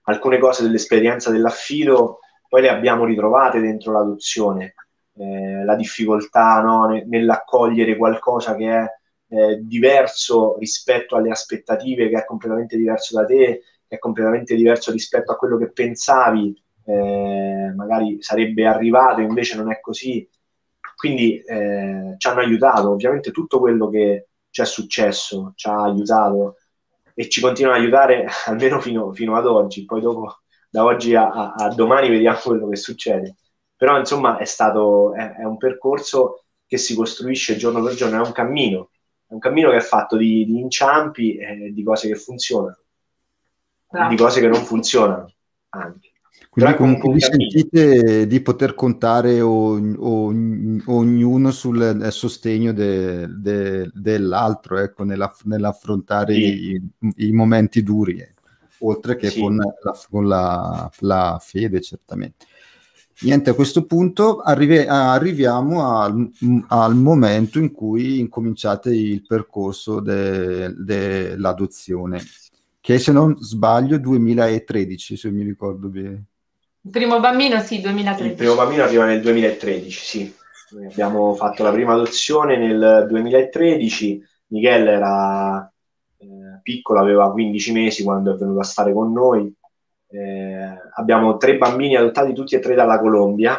alcune cose dell'esperienza dell'affido poi le abbiamo ritrovate dentro l'adozione, eh, la difficoltà, no, ne- nell'accogliere qualcosa che è eh, diverso rispetto alle aspettative, che è completamente diverso da te, che è completamente diverso rispetto a quello che pensavi, eh, magari sarebbe arrivato, invece non è così. Quindi eh, ci hanno aiutato, ovviamente tutto quello che ci è successo ci ha aiutato e ci continua ad aiutare almeno fino, fino ad oggi. Poi dopo, da oggi a, a, a domani, vediamo quello che succede. Però insomma è stato è, è un percorso che si costruisce giorno per giorno, è un cammino, è un cammino che è fatto di, di inciampi e di cose che funzionano e di cose che non funzionano anche. Però Quindi è comunque comunque un vi cammino. sentite di poter contare ogn- ogn- ognuno sul eh, sostegno de- de- dell'altro, ecco, nella- nell'affrontare Sì, i, i momenti duri, eh, oltre che con sì. la, con la- la fede, certamente. Niente, a questo punto arrive- arriviamo al, al momento in cui incominciate il percorso de- dell'adozione, che se non sbaglio duemilatredici, se mi ricordo bene. Il primo bambino, sì, Il duemilatredici. primo bambino arriva nel duemilatredici, sì. Noi abbiamo fatto la prima adozione nel duemilatredici. Michele era eh, piccolo, aveva quindici mesi quando è venuto a stare con noi. Eh, abbiamo tre bambini adottati, tutti e tre dalla Colombia.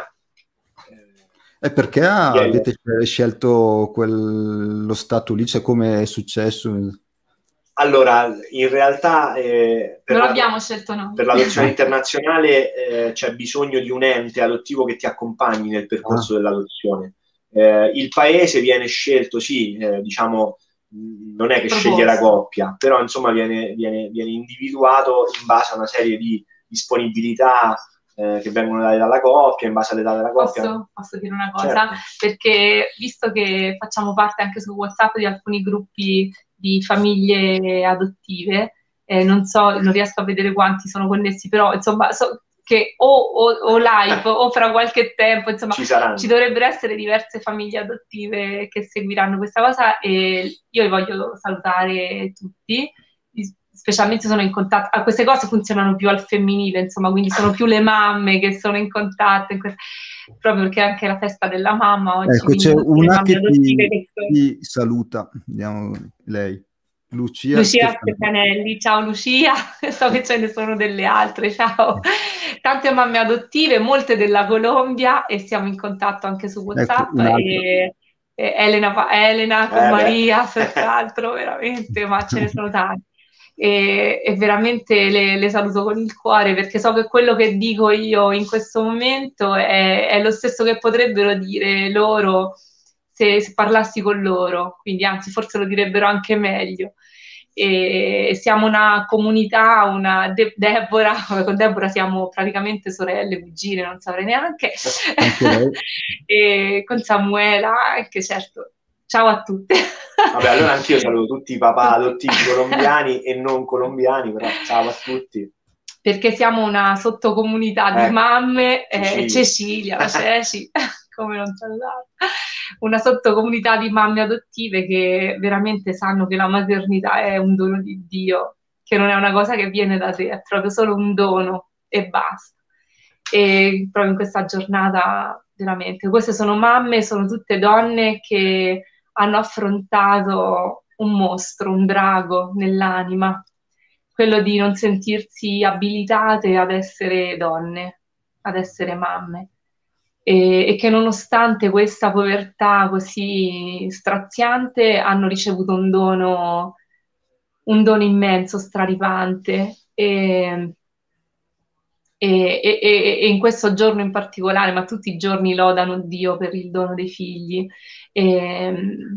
E perché Michele, avete scelto quello stato lì? Cioè, come è successo? allora, in realtà eh, per Non la- l'abbiamo scelto noi. per l'adozione internazionale eh, c'è bisogno di un ente adottivo che ti accompagni nel Ah, percorso dell'adozione. Eh, il paese viene scelto, sì, eh, diciamo, mh, non è che sceglie la Proposto. coppia, però insomma viene, viene- viene individuato in base a una serie di disponibilità eh, che vengono date dalla coppia, in base all'età della coppia. Posso, posso dire una cosa? Certo. Perché visto che facciamo parte anche su WhatsApp di alcuni gruppi di famiglie adottive, eh, non so, non riesco a vedere quanti sono connessi, però insomma so che o, o, o live o fra qualche tempo, insomma, Ci saranno. ci dovrebbero essere diverse famiglie adottive che seguiranno questa cosa e io vi voglio salutare tutti. Specialmente sono in contatto, ah, queste cose funzionano più al femminile, insomma, quindi sono più le mamme che sono in contatto, in que- proprio perché è anche la festa della mamma oggi, ecco, c'è quindi tutte le una mamme che adottive ti, che sono. ti saluta. Vediamo lei. Lucia Lucia Stefanelli. Stefanelli, ciao Lucia, so che ce ne sono delle altre, ciao. Tante mamme adottive, molte della Colombia e siamo in contatto anche su Ecco, WhatsApp un'altra. e, e Elena, Elena con Eh, beh. Maria, senz'altro, veramente, ma ce ne sono tanti. E, e veramente le, le saluto con il cuore perché so che quello che dico io in questo momento è, è lo stesso che potrebbero dire loro se, se parlassi con loro, quindi anzi forse lo direbbero anche meglio. E siamo una comunità, una De- Deborah, con Deborah siamo praticamente sorelle, cugine, non saprei neanche, Anche lei. e con Samuela, anche certo. Ciao a tutte. Vabbè, allora anch'io saluto tutti i papà adottivi colombiani e non colombiani, però ciao a tutti. Perché siamo una sottocomunità di Ecco, mamme, eh, Cecilia. Cecilia, la Ceci, come non salutare, una sottocomunità di mamme adottive che veramente sanno che la maternità è un dono di Dio, che non è una cosa che viene da te, è proprio solo un dono e basta. E proprio in questa giornata, veramente, queste sono mamme, sono tutte donne che hanno affrontato un mostro, un drago nell'anima, quello di non sentirsi abilitate ad essere donne, ad essere mamme. E, e che nonostante questa povertà così straziante hanno ricevuto un dono, un dono immenso, straripante. E, e, e- e in questo giorno in particolare, ma tutti i giorni lodano Dio per il dono dei figli. E,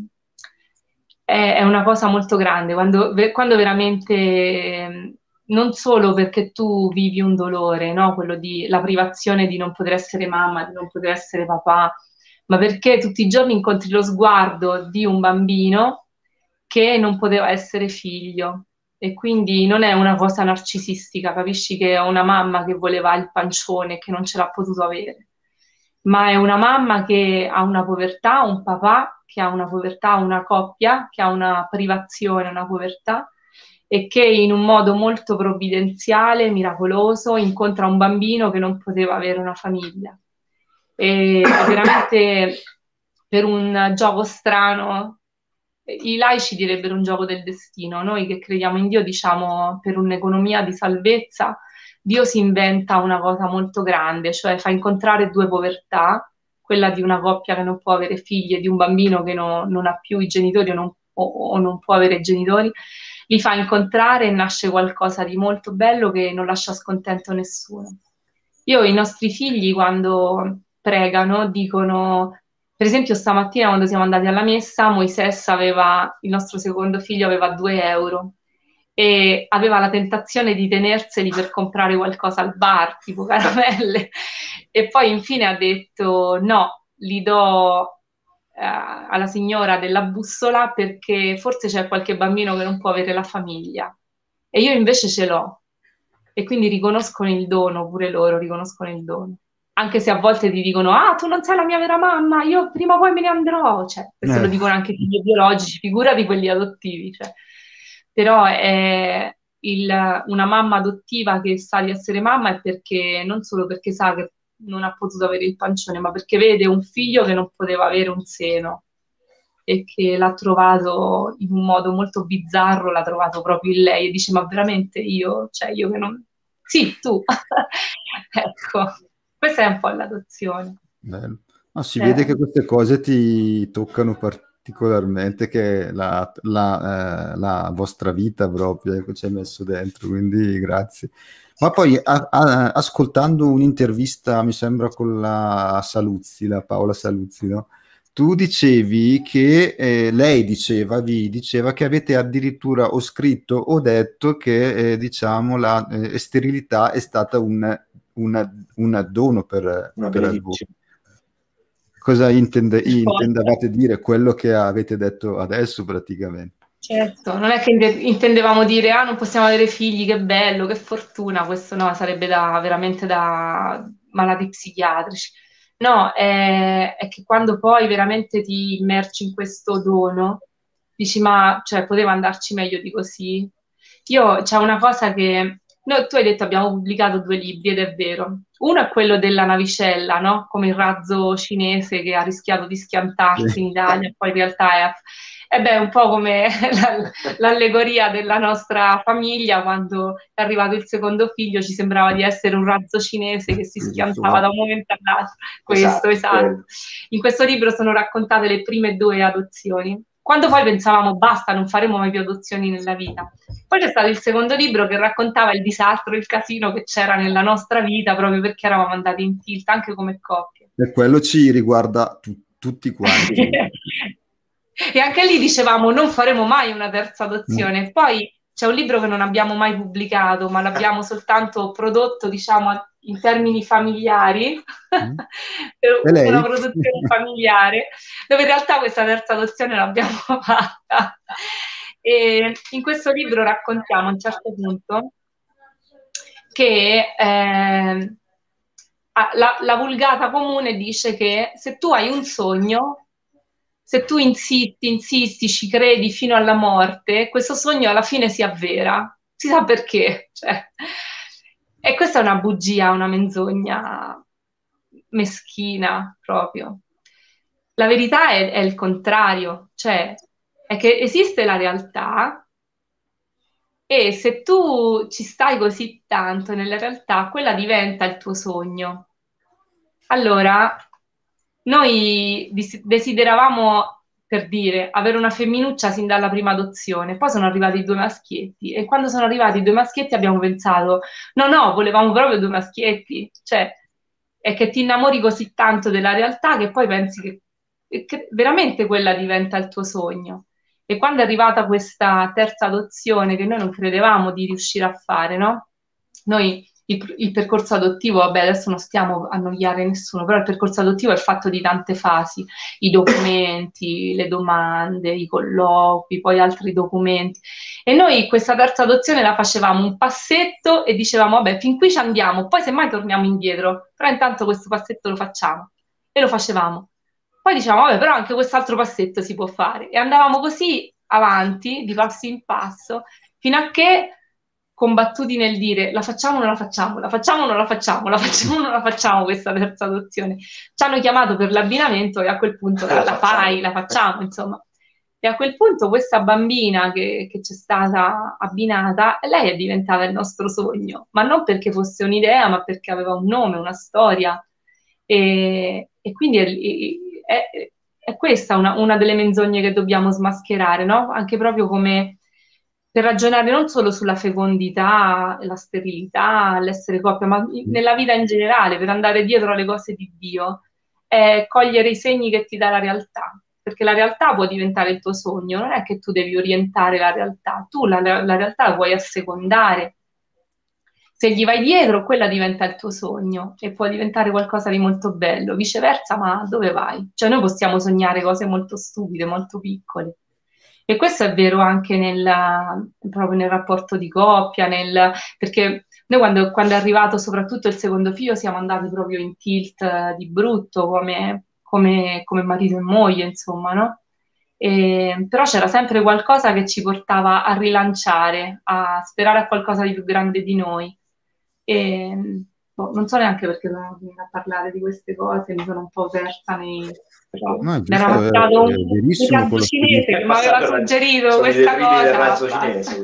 è, è una cosa molto grande quando, quando veramente non solo perché tu vivi un dolore, no? Quello di la privazione di non poter essere mamma, di non poter essere papà, ma perché tutti i giorni incontri lo sguardo di un bambino che non poteva essere figlio. E quindi non è una cosa narcisistica, capisci che è una mamma che voleva il pancione e che non ce l'ha potuto avere, ma è una mamma che ha una povertà, un papà che ha una povertà, una coppia che ha una privazione, una povertà e che in un modo molto provvidenziale, miracoloso, incontra un bambino che non poteva avere una famiglia. E veramente per un gioco strano, i laici direbbero un gioco del destino, noi che crediamo in Dio diciamo per un'economia di salvezza, Dio si inventa una cosa molto grande, cioè fa incontrare due povertà, quella di una coppia che non può avere figli e di un bambino che no, non ha più i genitori o non, o, o non può avere genitori, li fa incontrare e nasce qualcosa di molto bello che non lascia scontento nessuno. Io i nostri figli quando pregano dicono, per esempio stamattina quando siamo andati alla messa, Moises aveva, il nostro secondo figlio aveva due euro e aveva la tentazione di tenerseli per comprare qualcosa al bar, tipo caramelle, e poi infine ha detto no, li do eh, alla signora della bussola perché forse c'è qualche bambino che non può avere la famiglia e io invece ce l'ho e quindi riconoscono il dono, pure loro riconoscono il dono. Anche se a volte ti dicono, ah, tu non sei la mia vera mamma, io prima o poi me ne andrò, cioè, questo Eh. lo dicono anche i figli biologici, figurati quelli adottivi, cioè. Però è il, una mamma adottiva che sa di essere mamma è perché, non solo perché sa che non ha potuto avere il pancione, ma perché vede un figlio che non poteva avere un seno e che l'ha trovato in un modo molto bizzarro, l'ha trovato proprio in lei e dice, ma veramente io, cioè io che non... Sì, tu! Ecco. Questa è un po' l'adozione. Bello. No, si Eh. vede che queste cose ti toccano particolarmente, che la, la, eh, la vostra vita proprio, ecco, ci hai messo dentro, quindi grazie. Ma poi a, a, ascoltando un'intervista, mi sembra con la Saluzzi, la Paola Saluzzi, no? Tu dicevi che, eh, lei diceva, vi diceva che avete addirittura o scritto o detto che, eh, diciamo, la eh, sterilità è stata un... Una, un dono per, Una per voi. benedizione. Cosa intende, intendevate dire? Quello che avete detto adesso praticamente. Certo, non è che intendevamo dire ah non possiamo avere figli, che bello, che fortuna, questo no, sarebbe da, veramente da malati psichiatrici. No, è, è che quando poi veramente ti immergi in questo dono, dici ma cioè, poteva andarci meglio di così? Io c'è una cosa che... No, tu hai detto abbiamo pubblicato due libri ed è vero. Uno è quello della navicella, no? Come il razzo cinese che ha rischiato di schiantarsi Sì. in Italia, e poi in realtà è... E beh, è un po' come la- l'allegoria della nostra famiglia, quando è arrivato il secondo figlio ci sembrava di essere un razzo cinese che si schiantava da un momento all'altro. Questo, Esatto, esatto. quello. In questo libro sono raccontate le prime due adozioni. Quando poi pensavamo basta, non faremo mai più adozioni nella vita. Poi c'è stato il secondo libro che raccontava il disastro, il casino che c'era nella nostra vita proprio perché eravamo andati in tilt, anche come coppie. E quello ci riguarda tu- tutti quanti. E anche lì dicevamo non faremo mai una terza adozione. Poi c'è un libro che non abbiamo mai pubblicato, ma l'abbiamo soltanto prodotto, diciamo, in termini familiari, Mm. E lei? una produzione familiare, dove in realtà questa terza adozione l'abbiamo fatta. E in questo libro raccontiamo a un certo punto che eh, la, la vulgata comune dice che se tu hai un sogno, se tu insisti, insisti, ci credi fino alla morte, questo sogno alla fine si avvera. Si sa perché. Cioè. E questa è una bugia, una menzogna meschina proprio. La verità è, è il contrario, cioè è che esiste la realtà e se tu ci stai così tanto nella realtà, quella diventa il tuo sogno. Allora, noi desideravamo, per dire, avere una femminuccia sin dalla prima adozione, poi sono arrivati due maschietti e quando sono arrivati i due maschietti abbiamo pensato, no, no, volevamo proprio due maschietti, cioè è che ti innamori così tanto della realtà che poi pensi che, che veramente quella diventa il tuo sogno. E quando è arrivata questa terza adozione che noi non credevamo di riuscire a fare, no? Noi il, il percorso adottivo, vabbè, adesso non stiamo a annoiare nessuno, però il percorso adottivo è fatto di tante fasi, i documenti, le domande, i colloqui, poi altri documenti. E noi questa terza adozione la facevamo un passetto e dicevamo, vabbè, fin qui ci andiamo, poi semmai torniamo indietro, però intanto questo passetto lo facciamo. E lo facevamo. Poi diciamo, vabbè, però anche quest'altro passetto si può fare. E andavamo così avanti, di passo in passo, fino a che combattuti nel dire la facciamo o non la facciamo, la facciamo o non la facciamo, la facciamo o non la facciamo questa terza adozione. Ci hanno chiamato per l'abbinamento e a quel punto la, la fai, la facciamo, insomma. E a quel punto questa bambina che, che c'è stata abbinata, lei è diventata il nostro sogno, ma non perché fosse un'idea, ma perché aveva un nome, una storia. E, e quindi è, è, è questa una, una delle menzogne che dobbiamo smascherare, no? Anche proprio come per ragionare non solo sulla fecondità, la sterilità, l'essere coppia, ma nella vita in generale, per andare dietro alle cose di Dio, è cogliere i segni che ti dà la realtà, perché la realtà può diventare il tuo sogno, non è che tu devi orientare la realtà, tu la, la realtà la puoi assecondare. Se gli vai dietro, quella diventa il tuo sogno e può diventare qualcosa di molto bello, viceversa, ma dove vai? Cioè noi possiamo sognare cose molto stupide, molto piccole. E questo è vero anche nel, proprio nel rapporto di coppia, nel, perché noi quando, quando è arrivato soprattutto il secondo figlio siamo andati proprio in tilt eh, di brutto come, come, come marito e moglie, insomma, no? E, però c'era sempre qualcosa che ci portava a rilanciare, a sperare a qualcosa di più grande di noi. E, boh, non so neanche perché sono venuta a parlare di queste cose, mi sono un po' persa nei... No, è Mi era giusto, è, stato un è verissimo razzo quello che cinese dici. che mi aveva suggerito sono i questa derivati cosa. del razzo basta. cinese.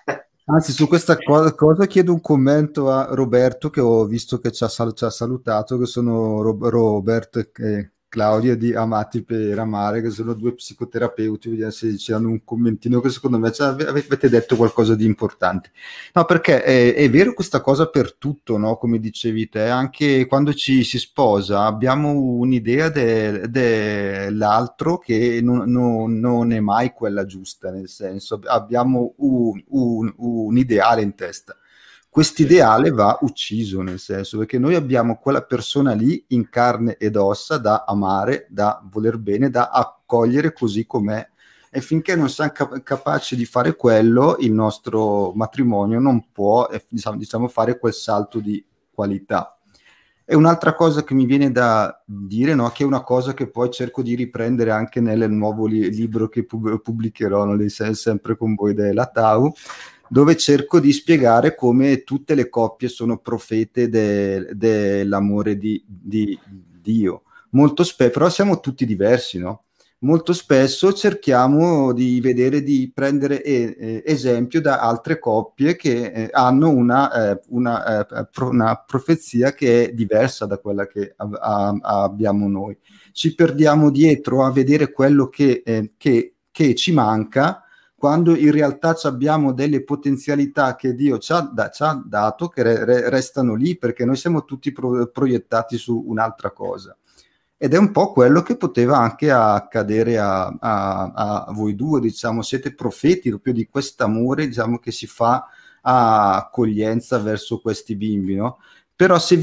Anzi, su questa co- cosa chiedo un commento a Roberto, che ho visto che ci ha, sal- ci ha salutato, che sono Ro- Robert e Claudia di Amati per Amare, che sono due psicoterapeuti. Vediamo se ci hanno un commentino, che secondo me ci ave- avete detto qualcosa di importante. No, perché è, è vero questa cosa per tutto, no? Come dicevi te, anche quando ci si sposa abbiamo un'idea de- dell'altro che non, non- non è mai quella giusta, nel senso abbiamo un, un- un ideale in testa. Quest'ideale va ucciso, nel senso perché noi abbiamo quella persona lì in carne ed ossa da amare, da voler bene, da accogliere così com'è, e finché non siamo cap- capaci di fare quello, il nostro matrimonio non può, eh, diciamo, diciamo, fare quel salto di qualità. E un'altra cosa che mi viene da dire, no, che è una cosa che poi cerco di riprendere anche nel nuovo li- libro che pub- pubblicherò, no, lì se- sempre con voi della Tau, dove cerco di spiegare come tutte le coppie sono profete de- dell'amore di, di Dio. Molto spesso, però siamo tutti diversi, no? Molto spesso cerchiamo di vedere, di prendere eh, eh, esempio da altre coppie che eh, hanno una, eh, una, eh, pro- una profezia che è diversa da quella che a- a- abbiamo noi. Ci perdiamo dietro a vedere quello che, eh, che, che ci manca, quando in realtà ci abbiamo delle potenzialità che Dio ci ha, da, ci ha dato, che re, re, restano lì, perché noi siamo tutti pro, proiettati su un'altra cosa. Ed è un po' quello che poteva anche accadere a, a, a voi due, diciamo, siete profeti proprio di quest'amore, diciamo, che si fa a accoglienza verso questi bimbi, no? Però se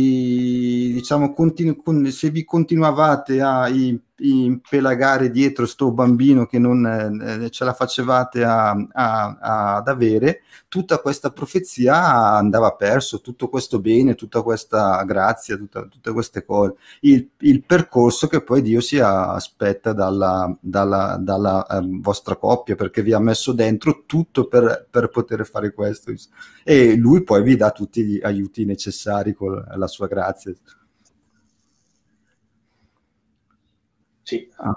vi, diciamo, continu- con, se vi continuavate a i, impelagare dietro sto bambino che non eh, ce la facevate a, a, ad avere, tutta questa profezia andava perso, tutto questo bene, tutta questa grazia, tutta, tutte queste cose. Il, il percorso che poi Dio si aspetta dalla, dalla, dalla eh, vostra coppia, perché vi ha messo dentro tutto per, per poter fare questo, e lui poi vi dà tutti gli aiuti necessari con la sua grazia. Sì. Ah.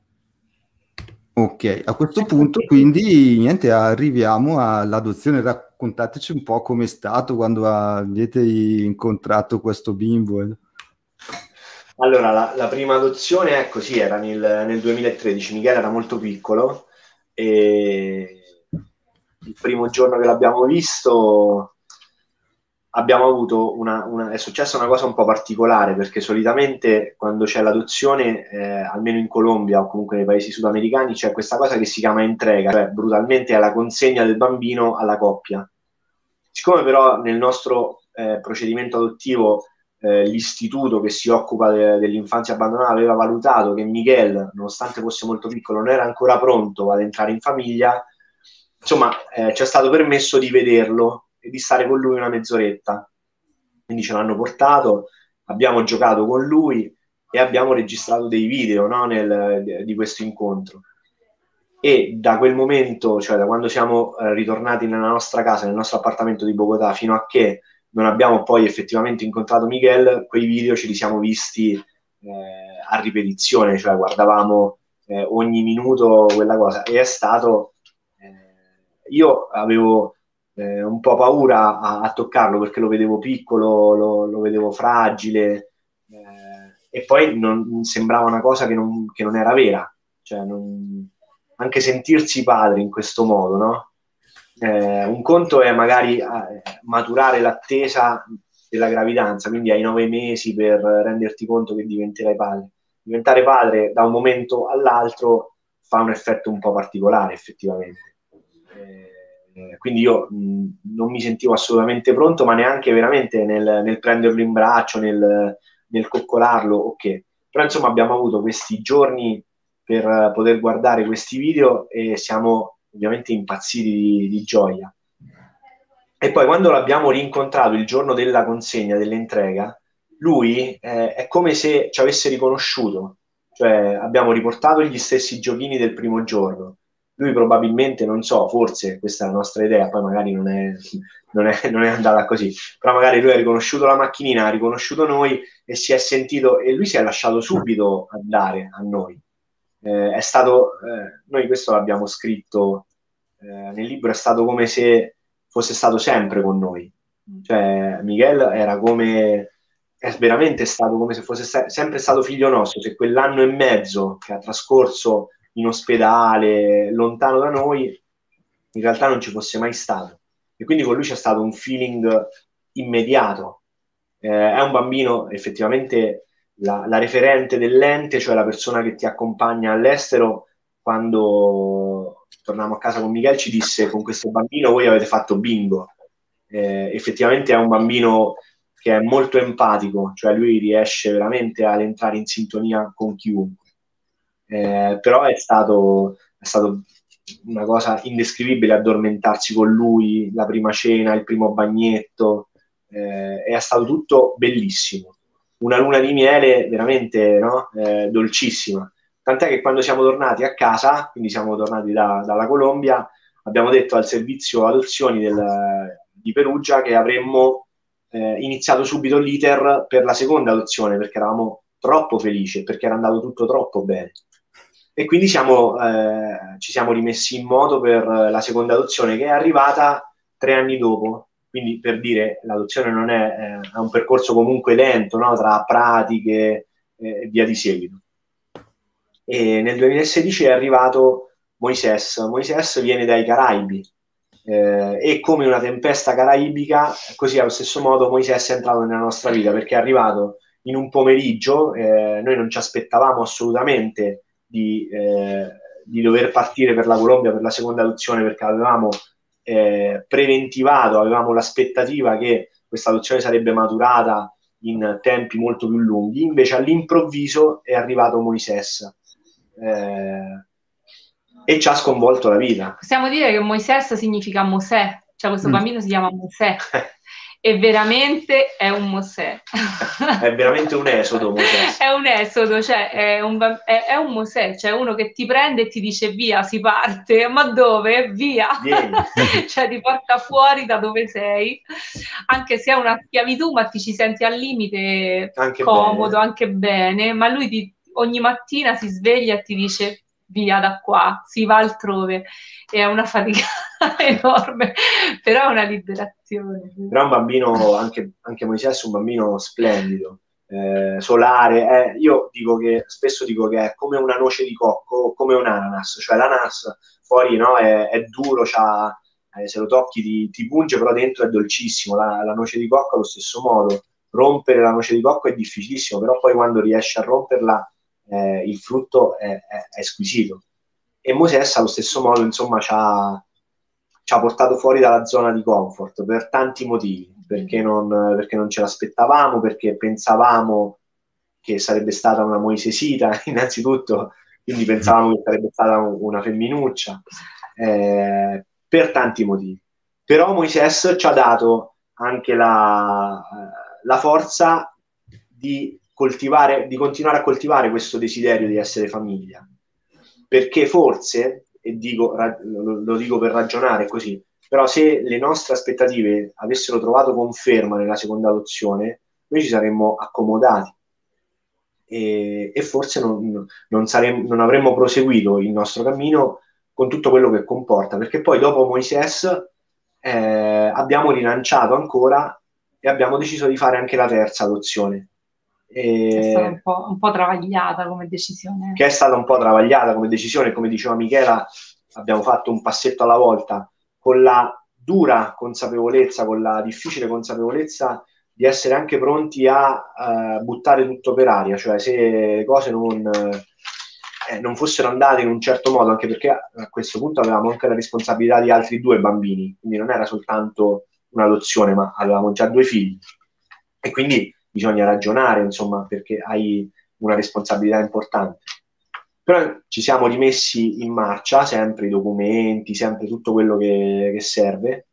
Ok, a questo punto quindi niente, arriviamo all'adozione. Raccontateci un po' com'è stato quando avete incontrato questo bimbo. Allora, la, la prima adozione, ecco, sì, era nel, nel duemilatredici. Michele era molto piccolo e il primo giorno che l'abbiamo visto abbiamo avuto una, una, è successa una cosa un po' particolare, perché solitamente quando c'è l'adozione, eh, almeno in Colombia o comunque nei paesi sudamericani, c'è questa cosa che si chiama entrega, cioè brutalmente è la consegna del bambino alla coppia. Siccome però nel nostro eh, procedimento adottivo eh, l'istituto che si occupa de- dell'infanzia abbandonata aveva valutato che Miguel, nonostante fosse molto piccolo, non era ancora pronto ad entrare in famiglia, insomma eh, ci è stato permesso di vederlo e di stare con lui una mezz'oretta. Quindi ce l'hanno portato, abbiamo giocato con lui e abbiamo registrato dei video, no, nel, di questo incontro. e da quel momento, cioè da quando siamo eh, ritornati nella nostra casa, nel nostro appartamento di Bogotà, fino a che non abbiamo poi effettivamente incontrato Miguel, quei video ce li siamo visti eh, a ripetizione, cioè guardavamo eh, ogni minuto quella cosa, e è stato... Eh, io avevo eh, un po' paura a, a toccarlo perché lo vedevo piccolo, lo, lo vedevo fragile, eh, e poi non, sembrava una cosa che non, che non era vera, cioè non, anche sentirsi padre in questo modo, no? Eh, un conto è magari eh, maturare l'attesa della gravidanza, quindi ai nove mesi per renderti conto che diventerai padre. Diventare padre da un momento all'altro fa un effetto un po' particolare, effettivamente. Eh, quindi io mh, non mi sentivo assolutamente pronto, ma neanche veramente nel, nel prenderlo in braccio, nel, nel coccolarlo, ok. Però insomma abbiamo avuto questi giorni per poter guardare questi video e siamo ovviamente impazziti di, di gioia. E poi quando l'abbiamo rincontrato il giorno della consegna, dell'entrega, lui eh, è come se ci avesse riconosciuto, cioè abbiamo riportato gli stessi giochini del primo giorno. Lui probabilmente, non so, forse questa è la nostra idea, poi magari non è, non è, non è andata così, però magari lui ha riconosciuto la macchinina, ha riconosciuto noi e si è sentito, e lui si è lasciato subito andare a noi. Eh, è stato, eh, noi questo l'abbiamo scritto eh, nel libro, è stato come se fosse stato sempre con noi. Cioè, Miguel era come, è veramente stato come se fosse sta- sempre stato figlio nostro, se quell'anno e mezzo che ha trascorso in ospedale, lontano da noi, in realtà non ci fosse mai stato. E quindi con lui c'è stato un feeling immediato. Eh, è un bambino, effettivamente, la, la referente dell'ente, cioè la persona che ti accompagna all'estero, quando tornammo a casa con Miguel ci disse: con questo bambino voi avete fatto bingo. Eh, effettivamente è un bambino che è molto empatico, cioè lui riesce veramente ad entrare in sintonia con chiunque. Eh, però è stato, è stato una cosa indescrivibile addormentarsi con lui, la prima cena, il primo bagnetto, eh, è stato tutto bellissimo. Una luna di miele veramente, no? eh, dolcissima. Tant'è che quando siamo tornati a casa, quindi siamo tornati da, dalla Colombia, abbiamo detto al servizio adozioni del, di Perugia che avremmo eh, iniziato subito l'iter per la seconda adozione, perché eravamo troppo felici, perché era andato tutto troppo bene. E quindi siamo, eh, ci siamo rimessi in moto per la seconda adozione, che è arrivata tre anni dopo. Quindi, per dire, l'adozione non è, eh, è un percorso comunque lento, no? Tra pratiche eh, e via di seguito. E nel duemilasedici è arrivato Moisés. Moisés viene dai Caraibi, eh, e come una tempesta caraibica, così allo stesso modo Moisés è entrato nella nostra vita, perché è arrivato in un pomeriggio, eh, noi non ci aspettavamo assolutamente di, eh, di dover partire per la Colombia per la seconda adozione, perché avevamo eh, preventivato, avevamo l'aspettativa che questa adozione sarebbe maturata in tempi molto più lunghi. Invece all'improvviso è arrivato Moisés eh, e ci ha sconvolto la vita. Possiamo dire che Moisés significa Mosè, cioè questo Mm. bambino si chiama Mosè. E veramente è un Mosè. È veramente un esodo, Mosè. È un esodo, cioè è un, è, è un Mosè, cioè uno che ti prende e ti dice via, si parte, ma dove? Via! Cioè ti porta fuori da dove sei, anche se è una schiavitù, ma ti ci senti al limite anche comodo, bene. anche bene, ma lui ti, ogni mattina si sveglia e ti dice via da qua, si va altrove, e è una fatica enorme, però è una liberazione. Però è un bambino, anche, anche Moisés è un bambino splendido, eh, solare. Eh, io dico che, spesso dico che è come una noce di cocco, come un ananas, cioè l'ananas fuori, no, è, è duro, c'ha, eh, se lo tocchi ti, ti punge, però dentro è dolcissimo. La, la noce di cocco allo stesso modo, rompere la noce di cocco è difficilissimo, però poi quando riesci a romperla eh, il frutto è, è, è squisito. E Moisés allo stesso modo, insomma, c'ha, ci ha portato fuori dalla zona di comfort per tanti motivi, perché non, perché non ce l'aspettavamo, perché pensavamo che sarebbe stata una moisesita innanzitutto, quindi pensavamo che sarebbe stata una femminuccia, eh, per tanti motivi. Però Moisés ci ha dato anche la, la forza di coltivare, di continuare a coltivare questo desiderio di essere famiglia, perché forse e dico, lo, lo dico per ragionare così, però se le nostre aspettative avessero trovato conferma nella seconda adozione, noi ci saremmo accomodati e, e forse non, non, saremmo, non avremmo proseguito il nostro cammino con tutto quello che comporta, perché poi dopo Moisés eh, abbiamo rilanciato ancora e abbiamo deciso di fare anche la terza adozione. E... È stata un po', un po' travagliata come decisione. Che è stata un po' travagliata come decisione, come diceva Michela, abbiamo fatto un passetto alla volta, con la dura consapevolezza, con la difficile consapevolezza di essere anche pronti a uh, buttare tutto per aria, cioè se le cose non, eh, non fossero andate in un certo modo, anche perché a questo punto avevamo anche la responsabilità di altri due bambini, quindi non era soltanto un'adozione, ma avevamo già due figli, e quindi bisogna ragionare, insomma, perché hai una responsabilità importante. Però ci siamo rimessi in marcia, sempre i documenti, sempre tutto quello che, che serve,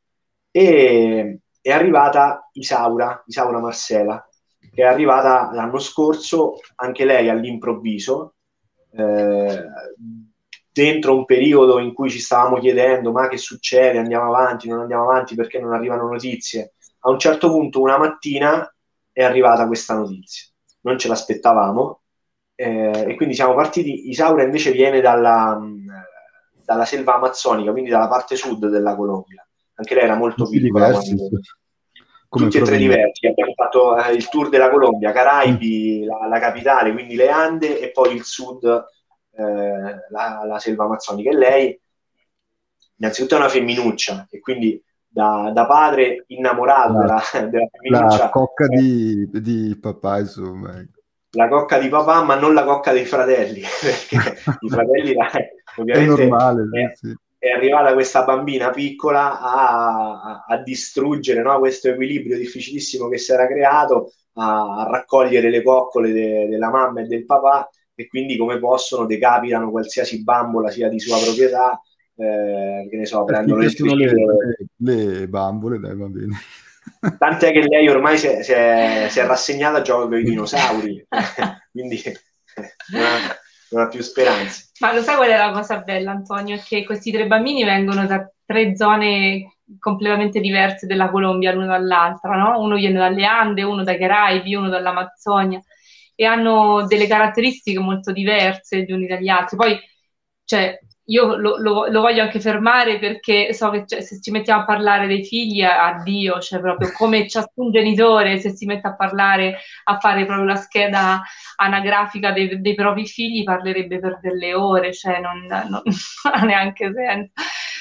e è arrivata Isaura, Isaura Marcela, che è arrivata l'anno scorso, anche lei all'improvviso, eh, dentro un periodo in cui ci stavamo chiedendo ma che succede, andiamo avanti, non andiamo avanti, perché non arrivano notizie. A un certo punto, una mattina, è arrivata questa notizia. Non ce l'aspettavamo, eh, e quindi siamo partiti. Isaura invece viene dalla, dalla selva amazzonica, quindi dalla parte sud della Colombia. Anche lei era molto tutti piccola. Diversi, quando... come tutti e tre diversi. Abbiamo fatto eh, il tour della Colombia, Caraibi, mm. la, la capitale, quindi le Ande, e poi il sud, eh, la, la selva amazzonica. E lei innanzitutto è una femminuccia, e quindi da, da padre innamorato la, della, della femminuccia, la cocca eh, di, di papà, insomma. La cocca di papà, ma non la cocca dei fratelli, perché i fratelli la, ovviamente è normale, è, sì. È arrivata questa bambina piccola a, a, a distruggere, no, questo equilibrio difficilissimo che si era creato, a, a raccogliere le coccole de, della mamma e del papà, e quindi come possono decapitano qualsiasi bambola sia di sua proprietà, eh, che ne so, prendono il sono le, le, le bambole, dai, va bene. Tant'è che lei ormai si è, si è, si è rassegnata a gioco con i dinosauri, quindi non ha, non ha più speranze. Ma lo sai qual è la cosa bella, Antonio? È che questi tre bambini vengono da tre zone completamente diverse della Colombia l'una dall'altra, no? Uno viene dalle Ande, uno dai Caraibi, uno dall'Amazzonia, e hanno delle caratteristiche molto diverse gli uni dagli altri. Poi, cioè, io lo, lo, lo voglio anche fermare, perché so che, cioè, se ci mettiamo a parlare dei figli, addio, cioè proprio come ciascun genitore, se si mette a parlare, a fare proprio la scheda anagrafica dei, dei propri figli, parlerebbe per delle ore, cioè non, non, non ha neanche senso.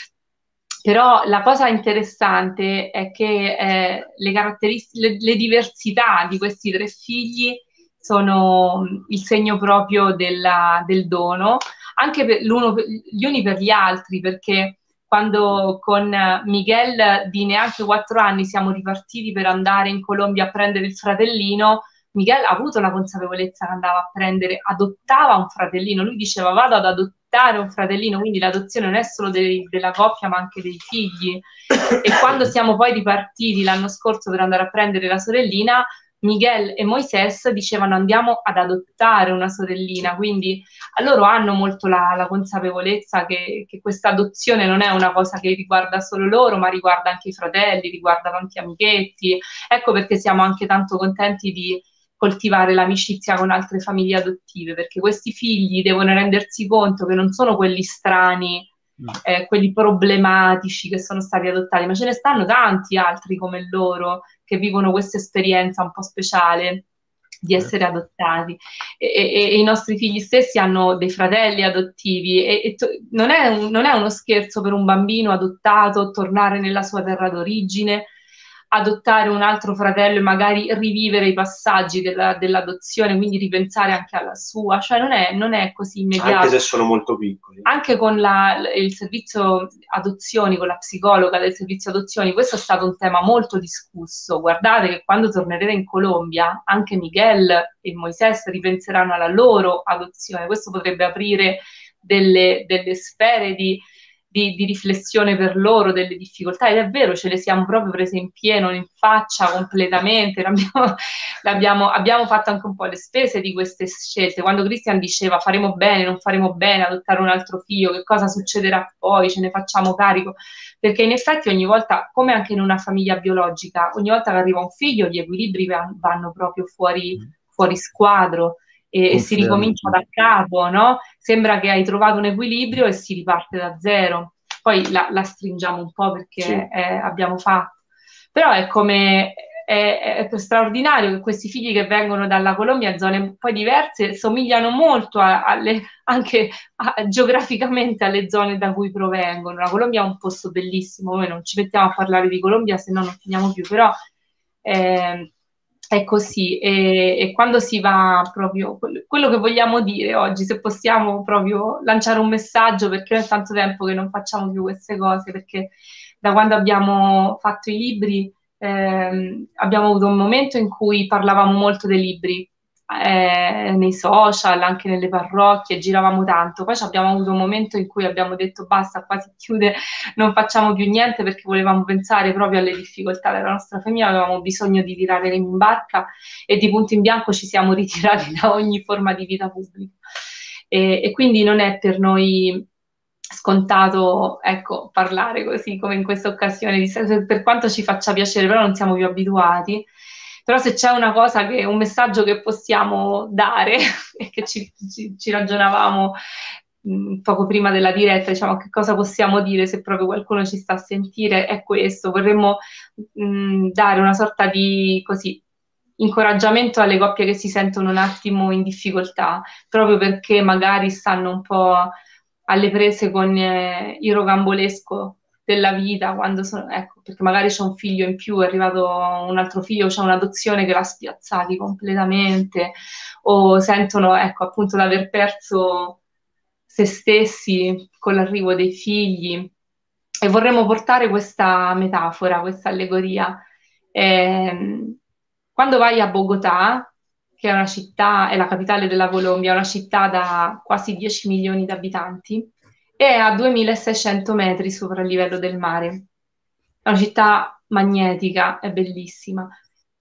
Però la cosa interessante è che eh, le caratteristiche, le, le diversità di questi tre figli sono il segno proprio della, del dono, anche per l'uno, gli uni per gli altri, perché quando con Miguel di neanche quattro anni siamo ripartiti per andare in Colombia a prendere il fratellino, Miguel ha avuto la consapevolezza che andava a prendere, adottava un fratellino, lui diceva vado ad adottare un fratellino, quindi l'adozione non è solo dei, della coppia ma anche dei figli. E quando siamo poi ripartiti l'anno scorso per andare a prendere la sorellina, Miguel e Moisés dicevano andiamo ad adottare una sorellina, quindi loro hanno molto la, la consapevolezza che, che questa adozione non è una cosa che riguarda solo loro, ma riguarda anche i fratelli, riguarda tanti amichetti. Ecco perché siamo anche tanto contenti di coltivare l'amicizia con altre famiglie adottive, perché questi figli devono rendersi conto che non sono quelli strani, eh, quelli problematici che sono stati adottati, ma ce ne stanno tanti altri come loro che vivono questa esperienza un po' speciale di essere adottati, e, e, e i nostri figli stessi hanno dei fratelli adottivi, e, e to- non è un, non è uno scherzo per un bambino adottato tornare nella sua terra d'origine, adottare un altro fratello e magari rivivere i passaggi della, dell'adozione, quindi ripensare anche alla sua, cioè non è, non è così immediato. Anche se sono molto piccoli. Anche con la, il servizio adozioni, con la psicologa del servizio adozioni, questo è stato un tema molto discusso. Guardate che quando tornerete in Colombia, anche Miguel e Moisés ripenseranno alla loro adozione. Questo potrebbe aprire delle, delle sfere di di, di riflessione per loro, delle difficoltà, ed è vero, ce le siamo proprio prese in pieno, in faccia completamente, l'abbiamo, l'abbiamo, abbiamo fatto anche un po' le spese di queste scelte. Quando Christian diceva faremo bene, non faremo bene, adottare un altro figlio, che cosa succederà poi, ce ne facciamo carico, perché in effetti ogni volta, come anche in una famiglia biologica, ogni volta che arriva un figlio gli equilibri vanno proprio fuori, fuori squadro. E, e si ricomincia da capo, no? Sembra che hai trovato un equilibrio e si riparte da zero. Poi la, la stringiamo un po' perché sì. è, abbiamo fatto. Però è come è, è straordinario che questi figli che vengono dalla Colombia, zone un po' diverse, somigliano molto a, alle, anche a, geograficamente alle zone da cui provengono. La Colombia è un posto bellissimo, noi non ci mettiamo a parlare di Colombia, se no non finiamo più, però eh, è così, e, e quando si va proprio, quello che vogliamo dire oggi, se possiamo proprio lanciare un messaggio, perché è tanto tempo che non facciamo più queste cose, perché da quando abbiamo fatto i libri ehm, abbiamo avuto un momento in cui parlavamo molto dei libri, eh, nei social, anche nelle parrocchie, giravamo tanto, poi abbiamo avuto un momento in cui abbiamo detto basta, qua si chiude, non facciamo più niente, perché volevamo pensare proprio alle difficoltà della nostra famiglia, avevamo bisogno di tirare in barca e di punto in bianco ci siamo ritirati da ogni forma di vita pubblica. E, e quindi non è per noi scontato, ecco, parlare così come in questa occasione, per quanto ci faccia piacere, però non siamo più abituati. Però se c'è una cosa, che un messaggio che possiamo dare, e che ci, ci, ci ragionavamo mh, poco prima della diretta, diciamo, che cosa possiamo dire se proprio qualcuno ci sta a sentire, è questo. Vorremmo mh, dare una sorta di, così, incoraggiamento alle coppie che si sentono un attimo in difficoltà, proprio perché magari stanno un po' alle prese con eh, il rocambolesco della vita, quando sono, ecco, perché magari c'è un figlio in più, è arrivato un altro figlio, c'è un'adozione che l'ha spiazzati completamente, o sentono, ecco, appunto l'aver perso se stessi con l'arrivo dei figli. E vorremmo portare questa metafora, questa allegoria. Eh, quando vai a Bogotà, che è una città, è la capitale della Colombia, è una città da quasi dieci milioni di abitanti, e è a duemilaseicento metri sopra il livello del mare. È una città magnetica, è bellissima.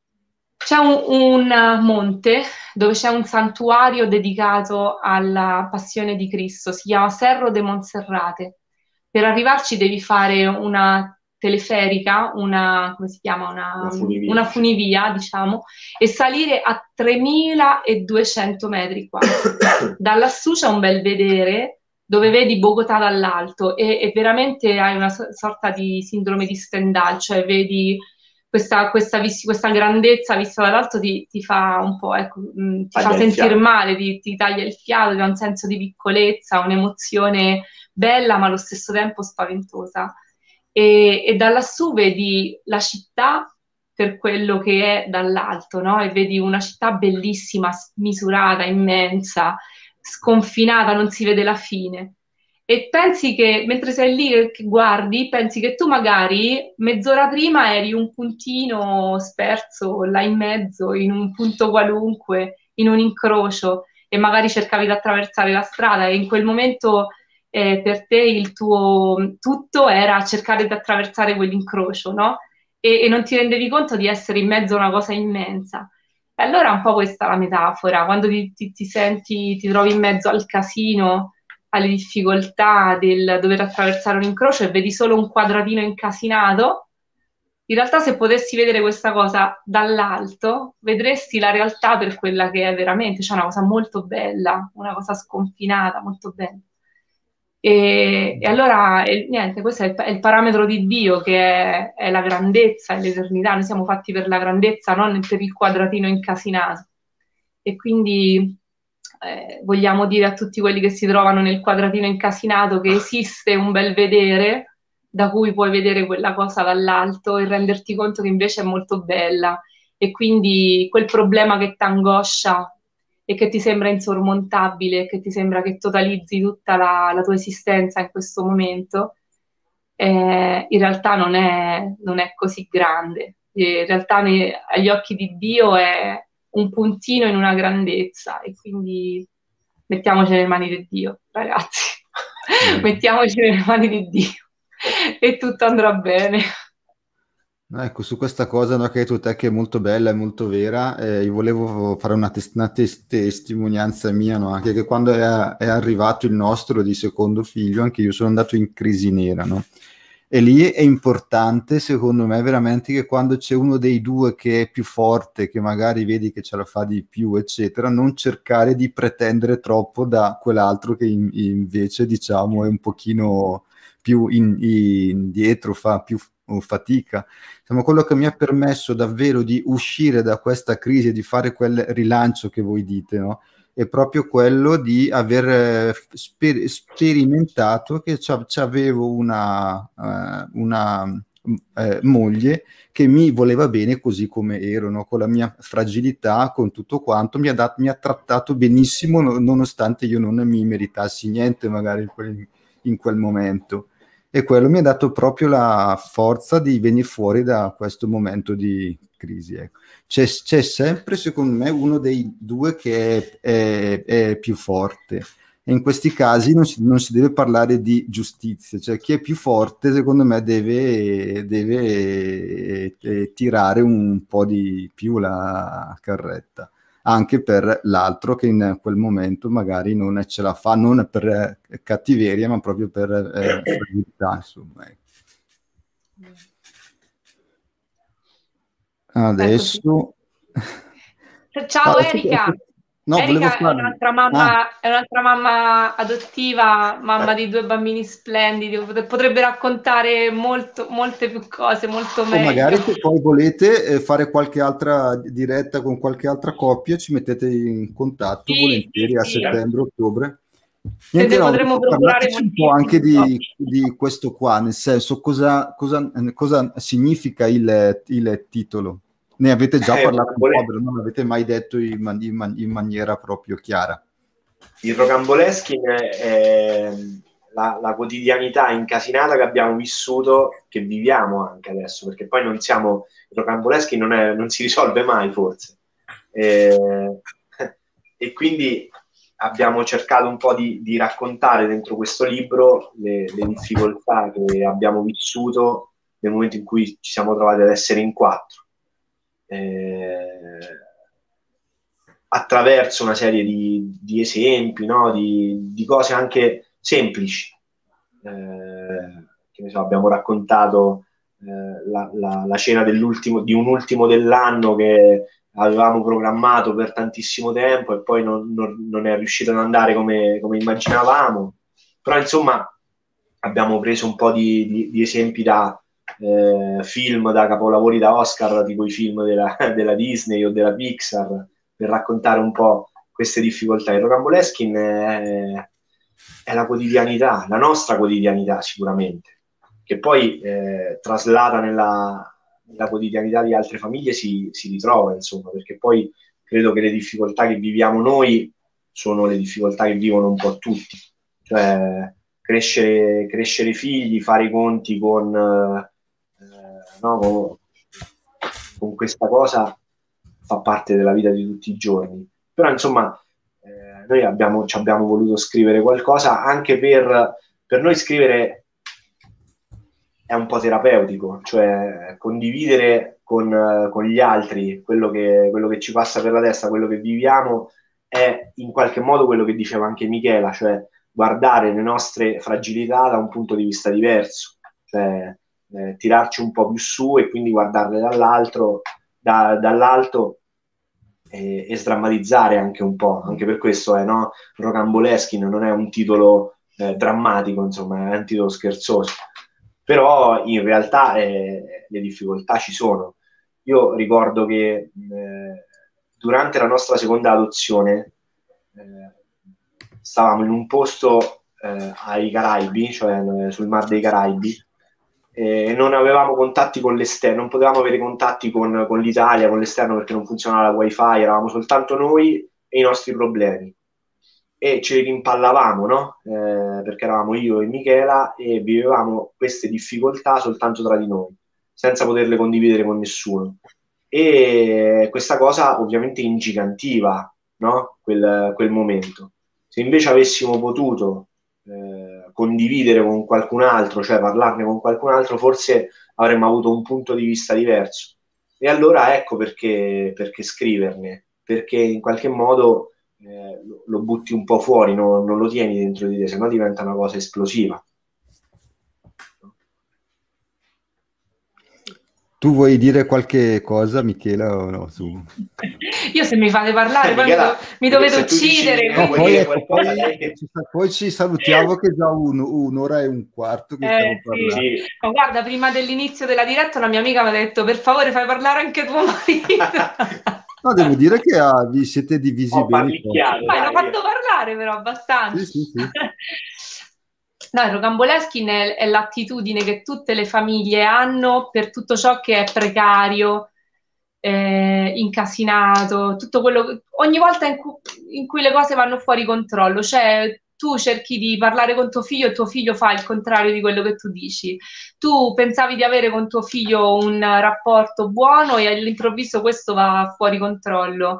C'è un, un monte dove c'è un santuario dedicato alla passione di Cristo, si chiama Cerro de Monserrate. Per arrivarci devi fare una teleferica, una, come si chiama? Una, una, funivia. una funivia, diciamo, e salire a tremiladuecento metri qua. Da lassù c'è un bel vedere dove vedi Bogotà dall'alto e, e veramente hai una sorta di sindrome di Stendhal, cioè vedi questa, questa, questa grandezza vista dall'alto ti, ti fa un po', ecco, mh, ti fa sentire male, ti, ti taglia il fiato, ti dà un senso di piccolezza, un'emozione bella ma allo stesso tempo spaventosa. E, e da lassù vedi la città per quello che è dall'alto, no? E vedi una città bellissima, smisurata, immensa, sconfinata, non si vede la fine. E pensi che, mentre sei lì che guardi, pensi che tu magari mezz'ora prima eri un puntino sperso là in mezzo, in un punto qualunque, in un incrocio, e magari cercavi di attraversare la strada, e in quel momento eh, per te il tuo tutto era cercare di attraversare quell'incrocio, no? E, e non ti rendevi conto di essere in mezzo a una cosa immensa. E allora un po' questa è la metafora, quando ti, ti, ti senti, ti trovi in mezzo al casino, alle difficoltà del dover attraversare un incrocio e vedi solo un quadratino incasinato, in realtà se potessi vedere questa cosa dall'alto, vedresti la realtà per quella che è veramente, cioè una cosa molto bella, una cosa sconfinata, molto bella. E, e allora, e, niente, questo è il, è il parametro di Dio, che è, è la grandezza e l'eternità. Noi siamo fatti per la grandezza, non per il quadratino incasinato. E quindi eh, vogliamo dire a tutti quelli che si trovano nel quadratino incasinato che esiste un bel vedere da cui puoi vedere quella cosa dall'alto e renderti conto che invece è molto bella. E quindi quel problema che ti angoscia e che ti sembra insormontabile, che ti sembra che totalizzi tutta la, la tua esistenza in questo momento, eh, in realtà non è, non è così grande. In realtà ne, agli occhi di Dio è un puntino in una grandezza, e quindi mettiamoci nelle mani di Dio, ragazzi. Mettiamoci nelle mani di Dio e tutto andrà bene. Ecco, su questa cosa, no, che hai detto te, che è molto bella e molto vera, eh, io volevo fare una, tes- una tes- testimonianza mia, no? Anche che quando è, è arrivato il nostro di secondo figlio, anche io sono andato in crisi nera, no? E lì è importante, secondo me, veramente che quando c'è uno dei due che è più forte, che magari vedi che ce la fa di più, eccetera, non cercare di pretendere troppo da quell'altro che in- invece, diciamo, è un pochino più in- indietro, fa più fatica. Insomma, quello che mi ha permesso davvero di uscire da questa crisi e di fare quel rilancio che voi dite, no? È proprio quello di aver eh, sper- sperimentato che c'avevo una, eh, una eh, moglie che mi voleva bene così come ero, no? Con la mia fragilità, con tutto quanto, mi ha, dat- mi ha trattato benissimo, no- nonostante io non mi meritassi niente magari in quel, in quel momento. E quello mi ha dato proprio la forza di venire fuori da questo momento di crisi. Ecco. C'è, c'è sempre, secondo me, uno dei due che è, è- è più forte. E in questi casi non si, non si deve parlare di giustizia, cioè chi è più forte, secondo me, deve, deve eh, tirare un po' di più la carretta anche per l'altro che in quel momento magari non ce la fa, non per eh, cattiveria, ma proprio per eh, fragilità, insomma. Adesso... Ciao Ah, Erika. no, volevo Erika è farlo. un'altra Ah. mamma, è un'altra mamma adottiva, mamma di due bambini splendidi, potrebbe raccontare molto, molte più cose, molto O meglio. magari se poi volete eh, fare qualche altra diretta con qualche altra coppia, ci mettete in contatto Sì, volentieri sì, a sì. settembre, ottobre. Se Niente, ne no, potremmo procurare parlateci un po' anche moltissimo. di, di questo qua, nel senso cosa, cosa, cosa significa il, il titolo. Ne avete già Eh, parlato un po', Rocambole- però non l'avete mai detto in, man- in man- in maniera proprio chiara. il Rocamboleschi è la, la quotidianità incasinata che abbiamo vissuto, che viviamo anche adesso, perché poi non siamo, il Rocamboleschi non, è, non si risolve mai forse. Eh, e quindi abbiamo cercato un po' di, di raccontare dentro questo libro le, le difficoltà che abbiamo vissuto nel momento in cui ci siamo trovati ad essere in quattro. Eh, attraverso una serie di, di esempi, no? di, di cose anche semplici. Eh, che ne so, abbiamo raccontato eh, la, la, la cena dell'ultimo, di un ultimo dell'anno che avevamo programmato per tantissimo tempo e poi non, non, non è riuscito ad andare come, come immaginavamo. Però insomma abbiamo preso un po' di, di, di esempi da eh, film, da capolavori da Oscar, tipo i film della, della Disney o della Pixar, per raccontare un po' queste difficoltà. Il Rocamboleschi è, è la quotidianità, la nostra quotidianità sicuramente, che poi eh, traslata nella, nella quotidianità di altre famiglie si, si ritrova, insomma, perché poi credo che le difficoltà che viviamo noi sono le difficoltà che vivono un po' tutti, cioè crescere, crescere i figli, fare i conti con, eh, no, con, con questa cosa fa parte della vita di tutti i giorni. Però insomma eh, noi abbiamo, ci abbiamo voluto scrivere qualcosa anche per, per noi scrivere è un po' terapeutico, cioè condividere con, con gli altri quello che, quello che ci passa per la testa, quello che viviamo, è in qualche modo quello che diceva anche Michela, cioè guardare le nostre fragilità da un punto di vista diverso, cioè eh, tirarci un po' più su e quindi guardarle dall'altro, da, dall'alto e, e sdrammatizzare anche un po', anche per questo è, no? Rocamboleschi non è un titolo eh, drammatico, insomma, è un titolo scherzoso. Però in realtà eh, le difficoltà ci sono. Io ricordo che eh, durante la nostra seconda adozione eh, stavamo in un posto eh, ai Caraibi, cioè sul Mar dei Caraibi, e non avevamo contatti con l'esterno, non potevamo avere contatti con, con l'Italia, con l'esterno perché non funzionava la wifi, eravamo soltanto noi e i nostri problemi. E ce li rimpallavamo, no? Eh, perché eravamo io e Michela e vivevamo queste difficoltà soltanto tra di noi, senza poterle condividere con nessuno. E questa cosa ovviamente ingigantiva, no? Quel, quel momento. Se invece avessimo potuto eh, condividere con qualcun altro, cioè parlarne con qualcun altro, forse avremmo avuto un punto di vista diverso. E allora ecco perché, perché scriverne, perché in qualche modo eh, lo, lo butti un po' fuori, no, non lo tieni dentro di te, sennò diventa una cosa esplosiva. Tu vuoi dire qualche cosa, Michela, o no? Su... Io se mi fate parlare, Eh, poi Michela, mi, do- mi dovete uccidere. No, vuoi poi, dire ecco, qualcosa, poi, lei? ci, poi ci salutiamo che è già un- un'ora e un quarto che stiamo Eh, sì. parlando. Sì. Ma guarda, prima dell'inizio della diretta una mia amica mi ha detto per favore fai parlare anche tuo marito. No, devo dire che ah, vi siete divisi Ho bene. parlicchiato, Ma l'ho dai, fatto parlare però abbastanza. Sì, sì, sì. No, il rocamboleschi è, è l'attitudine che tutte le famiglie hanno per tutto ciò che è precario, eh, incasinato, tutto quello che, ogni volta in, cu- in cui le cose vanno fuori controllo, cioè tu cerchi di parlare con tuo figlio e tuo figlio fa il contrario di quello che tu dici. Tu pensavi di avere con tuo figlio un rapporto buono e all'improvviso questo va fuori controllo.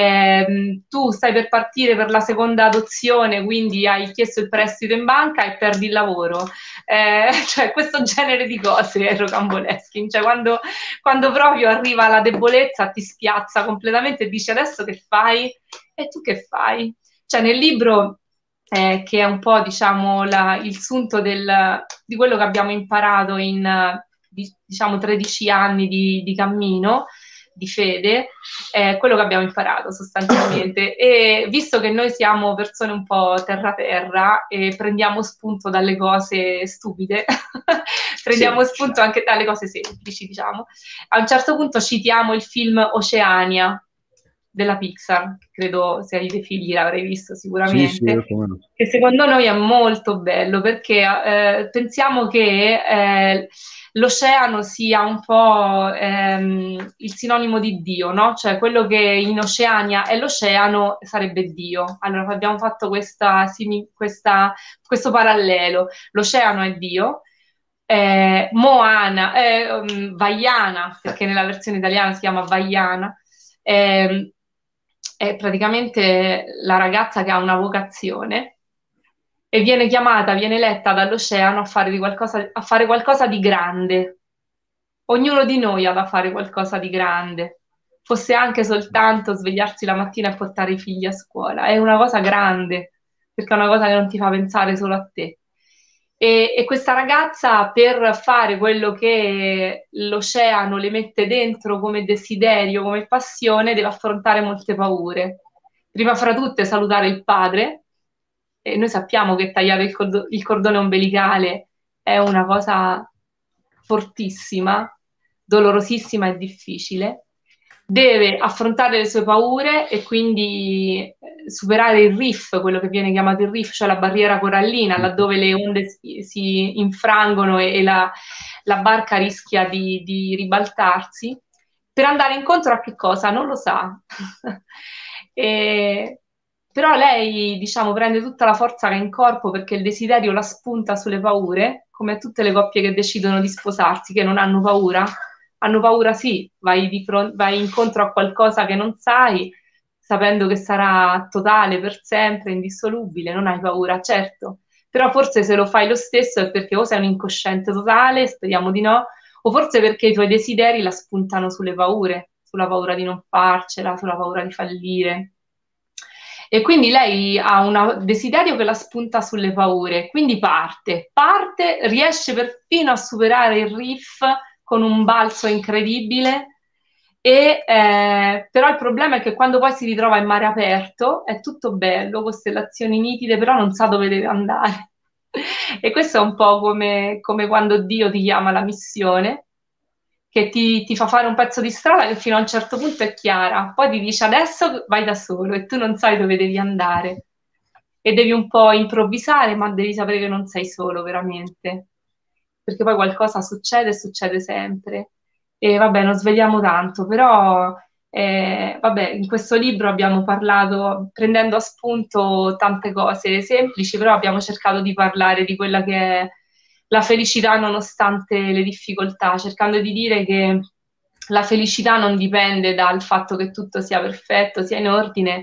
Eh, tu stai per partire per la seconda adozione, quindi hai chiesto il prestito in banca e perdi il lavoro. Eh, cioè questo genere di cose è rocamboleschi, cioè quando, quando proprio arriva la debolezza ti spiazza completamente e dici adesso che fai? E tu che fai? Cioè nel libro eh, che è un po' diciamo la, il sunto del, di quello che abbiamo imparato in eh, di, diciamo tredici anni di, di cammino, di fede, è quello che abbiamo imparato sostanzialmente. E visto che noi siamo persone un po' terra-terra e prendiamo spunto dalle cose stupide, prendiamo Semplici, spunto anche dalle cose semplici, diciamo. A un certo punto citiamo il film Oceania della Pixar, credo se avete figli l'avrei visto Sì, sì, sicuramente, come no. che secondo noi è molto bello perché eh, pensiamo che eh, l'oceano sia un po' ehm, il sinonimo di Dio, no? Cioè quello che in Oceania è l'oceano sarebbe Dio. Allora abbiamo fatto questa, questa, questo parallelo. L'oceano è Dio, eh, Moana, eh, um, Vaiana, perché nella versione italiana si chiama Vaiana, eh, è praticamente la ragazza che ha una vocazione e viene chiamata, viene eletta dall'oceano a fare, di qualcosa, a fare qualcosa di grande. Ognuno di noi ha da fare qualcosa di grande, fosse anche soltanto svegliarsi la mattina e portare i figli a scuola. È una cosa grande, perché è una cosa che non ti fa pensare solo a te. E, e questa ragazza, per fare quello che l'oceano le mette dentro come desiderio, come passione, deve affrontare molte paure. Prima fra tutte salutare il padre, e noi sappiamo che tagliare il, cordo- il cordone ombelicale è una cosa fortissima, dolorosissima e difficile. Deve affrontare le sue paure e quindi eh, superare il reef, quello che viene chiamato il reef, cioè la barriera corallina, laddove le onde si, si infrangono e, e la, la barca rischia di, di ribaltarsi, per andare incontro a che cosa? Non lo sa. E, però lei, diciamo, prende tutta la forza che ha in corpo perché il desiderio la spunta sulle paure, come tutte le coppie che decidono di sposarsi, che non hanno paura. Hanno paura, sì, vai, di fron- vai incontro a qualcosa che non sai, sapendo che sarà totale per sempre, indissolubile, non hai paura, certo. Però forse se lo fai lo stesso è perché o sei un incosciente totale, speriamo di no, o forse perché i tuoi desideri la spuntano sulle paure, sulla paura di non farcela, sulla paura di fallire. E quindi lei ha un desiderio che la spunta sulle paure, quindi parte, parte, riesce perfino a superare il riff con un balzo incredibile, e, eh, però il problema è che quando poi si ritrova in mare aperto è tutto bello, costellazioni nitide, però non sa dove deve andare. E questo è un po' come, come quando Dio ti chiama alla missione, che ti, ti fa fare un pezzo di strada che fino a un certo punto è chiara, poi ti dice adesso vai da solo e tu non sai dove devi andare e devi un po' improvvisare, ma devi sapere che non sei solo veramente, perché poi qualcosa succede e succede sempre. E vabbè, non svegliamo tanto, però eh, vabbè, in questo libro abbiamo parlato, prendendo a spunto tante cose semplici, però abbiamo cercato di parlare di quella che è la felicità nonostante le difficoltà, cercando di dire che la felicità non dipende dal fatto che tutto sia perfetto, sia in ordine,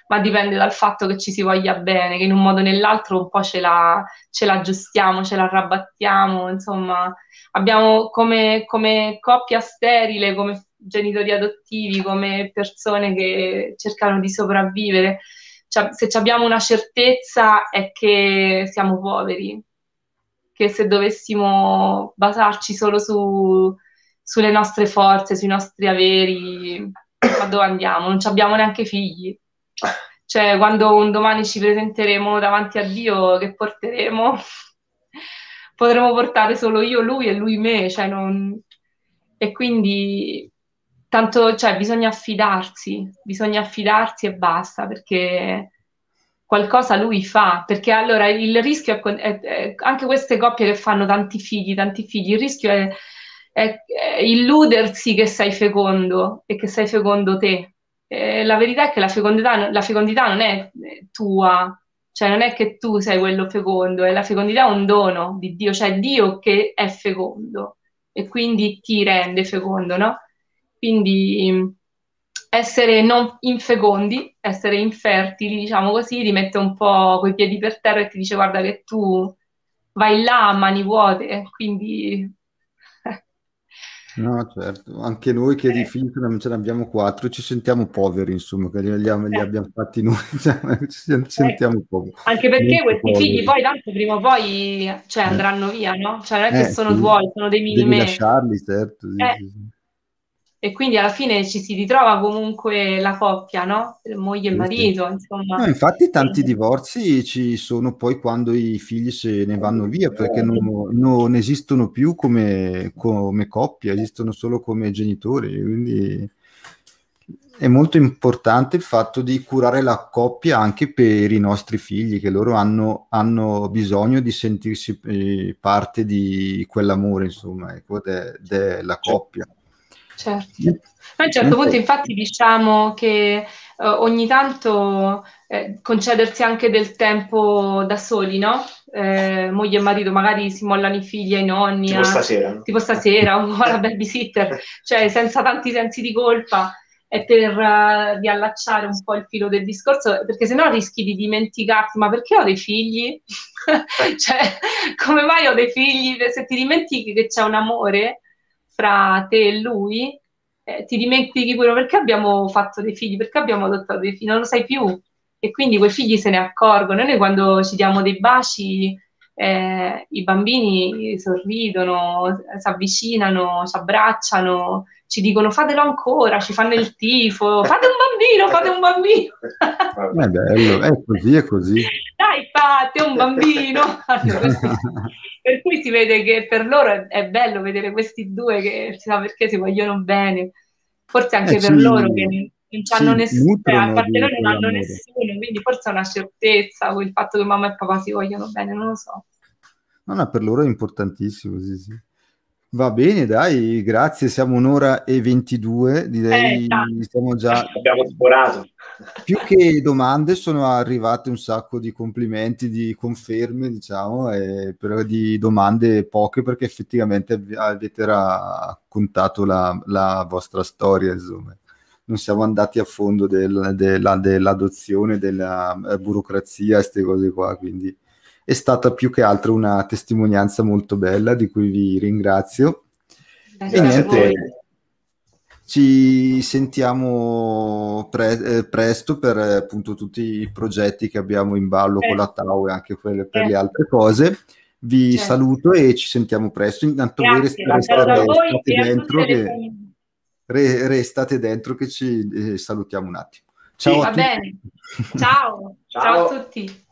ma dipende dal fatto che ci si voglia bene, che in un modo o nell'altro un po' ce la, ce la aggiustiamo, ce la arrabattiamo, insomma, abbiamo come, come coppia sterile, come genitori adottivi, come persone che cercano di sopravvivere. Cioè, se abbiamo una certezza è che siamo poveri, che se dovessimo basarci solo su, sulle nostre forze, sui nostri averi, ma dove andiamo? Non ci abbiamo neanche figli. Cioè, quando un domani ci presenteremo davanti a Dio, che porteremo? Potremo portare solo io, lui e lui me, cioè non... E quindi tanto, cioè, bisogna affidarsi, bisogna affidarsi e basta, perché qualcosa lui fa, perché allora il rischio è, è, è anche queste coppie che fanno tanti figli, tanti figli, il rischio è, è, è illudersi che sei fecondo e che sei fecondo te. Eh, la verità è che la fecondità, la fecondità non è tua, cioè non è che tu sei quello fecondo, è la fecondità è un dono di Dio, cioè Dio che è fecondo e quindi ti rende fecondo, no? Quindi essere non infecondi, essere infertili, diciamo così, ti mette un po' coi piedi per terra e ti dice guarda che tu vai là a mani vuote, quindi... No, certo, anche noi che di figli ce ne abbiamo quattro, ci sentiamo poveri, insomma, che li abbiamo, li abbiamo fatti noi, ci sentiamo poveri. Anche perché Molto questi poveri. figli poi tanto prima o poi cioè, andranno via, no? Cioè non è che Eh, sono sì. tuoi, sono dei mini Devi me. lasciarli, certo. Sì, Eh. sì, sì. E quindi alla fine ci si ritrova comunque la coppia, no? Moglie e Sì, marito, sì. insomma. No, infatti tanti E- divorzi ci sono poi quando i figli se ne vanno via, perché non, non esistono più come, come coppia, esistono solo come genitori, quindi è molto importante il fatto di curare la coppia anche per i nostri figli, che loro hanno, hanno bisogno di sentirsi eh, parte di quell'amore, insomma, ecco, de- della coppia. Certo. Noi a un certo punto infatti diciamo che eh, ogni tanto eh, concedersi anche del tempo da soli, no? Eh, moglie e marito magari si mollano i figli ai nonni, Tipo a- stasera, no? tipo stasera o alla babysitter, cioè senza tanti sensi di colpa, è per uh, riallacciare un po' il filo del discorso, perché sennò rischi di dimenticarti, ma perché ho dei figli? Cioè, come mai ho dei figli? Se ti dimentichi che c'è un amore fra te e lui, eh, ti dimentichi quello perché abbiamo fatto dei figli, perché abbiamo adottato dei figli, non lo sai più. E quindi quei figli se ne accorgono. E noi quando ci diamo dei baci, eh, i bambini sorridono, si avvicinano, ci abbracciano, ci dicono fatelo ancora, ci fanno il tifo, fate un bambino, fate un bambino. È bello, è così, è così. Dai, fate un bambino. Per cui si vede che per loro è, è bello vedere questi due che si sa perché si vogliono bene, forse anche Eh, per ci- loro che non hanno si nessuno, a nutrono parte di noi non hanno quell'amore. nessuno, quindi forse è una certezza il fatto che mamma e papà si vogliono bene, non lo so. No, no, per loro è importantissimo, sì, sì. Va bene, dai, grazie, siamo un'ora e ventidue, direi, Eh, tanto. siamo già... Abbiamo sforato. Più che domande sono arrivate un sacco di complimenti, di conferme, diciamo, e però di domande poche perché effettivamente av- avete raccontato la, la vostra storia, insomma. Non siamo andati a fondo del- della- dell'adozione, della eh, burocrazia, queste cose qua, quindi è stata più che altro una testimonianza molto bella di cui vi ringrazio. Eh, E Grazie a niente, te. ci sentiamo pre- eh, presto per eh, appunto tutti i progetti che abbiamo in ballo con la Tau e anche per, per le altre cose. Vi Certo. saluto e ci sentiamo presto. Intanto voi Grazie, rest- saluto a restate, voi restate e a dentro tutte le che, famiglie. re- restate dentro che ci eh, salutiamo un attimo. Ciao Va a tutti. bene, ciao, ciao Ciao. a tutti.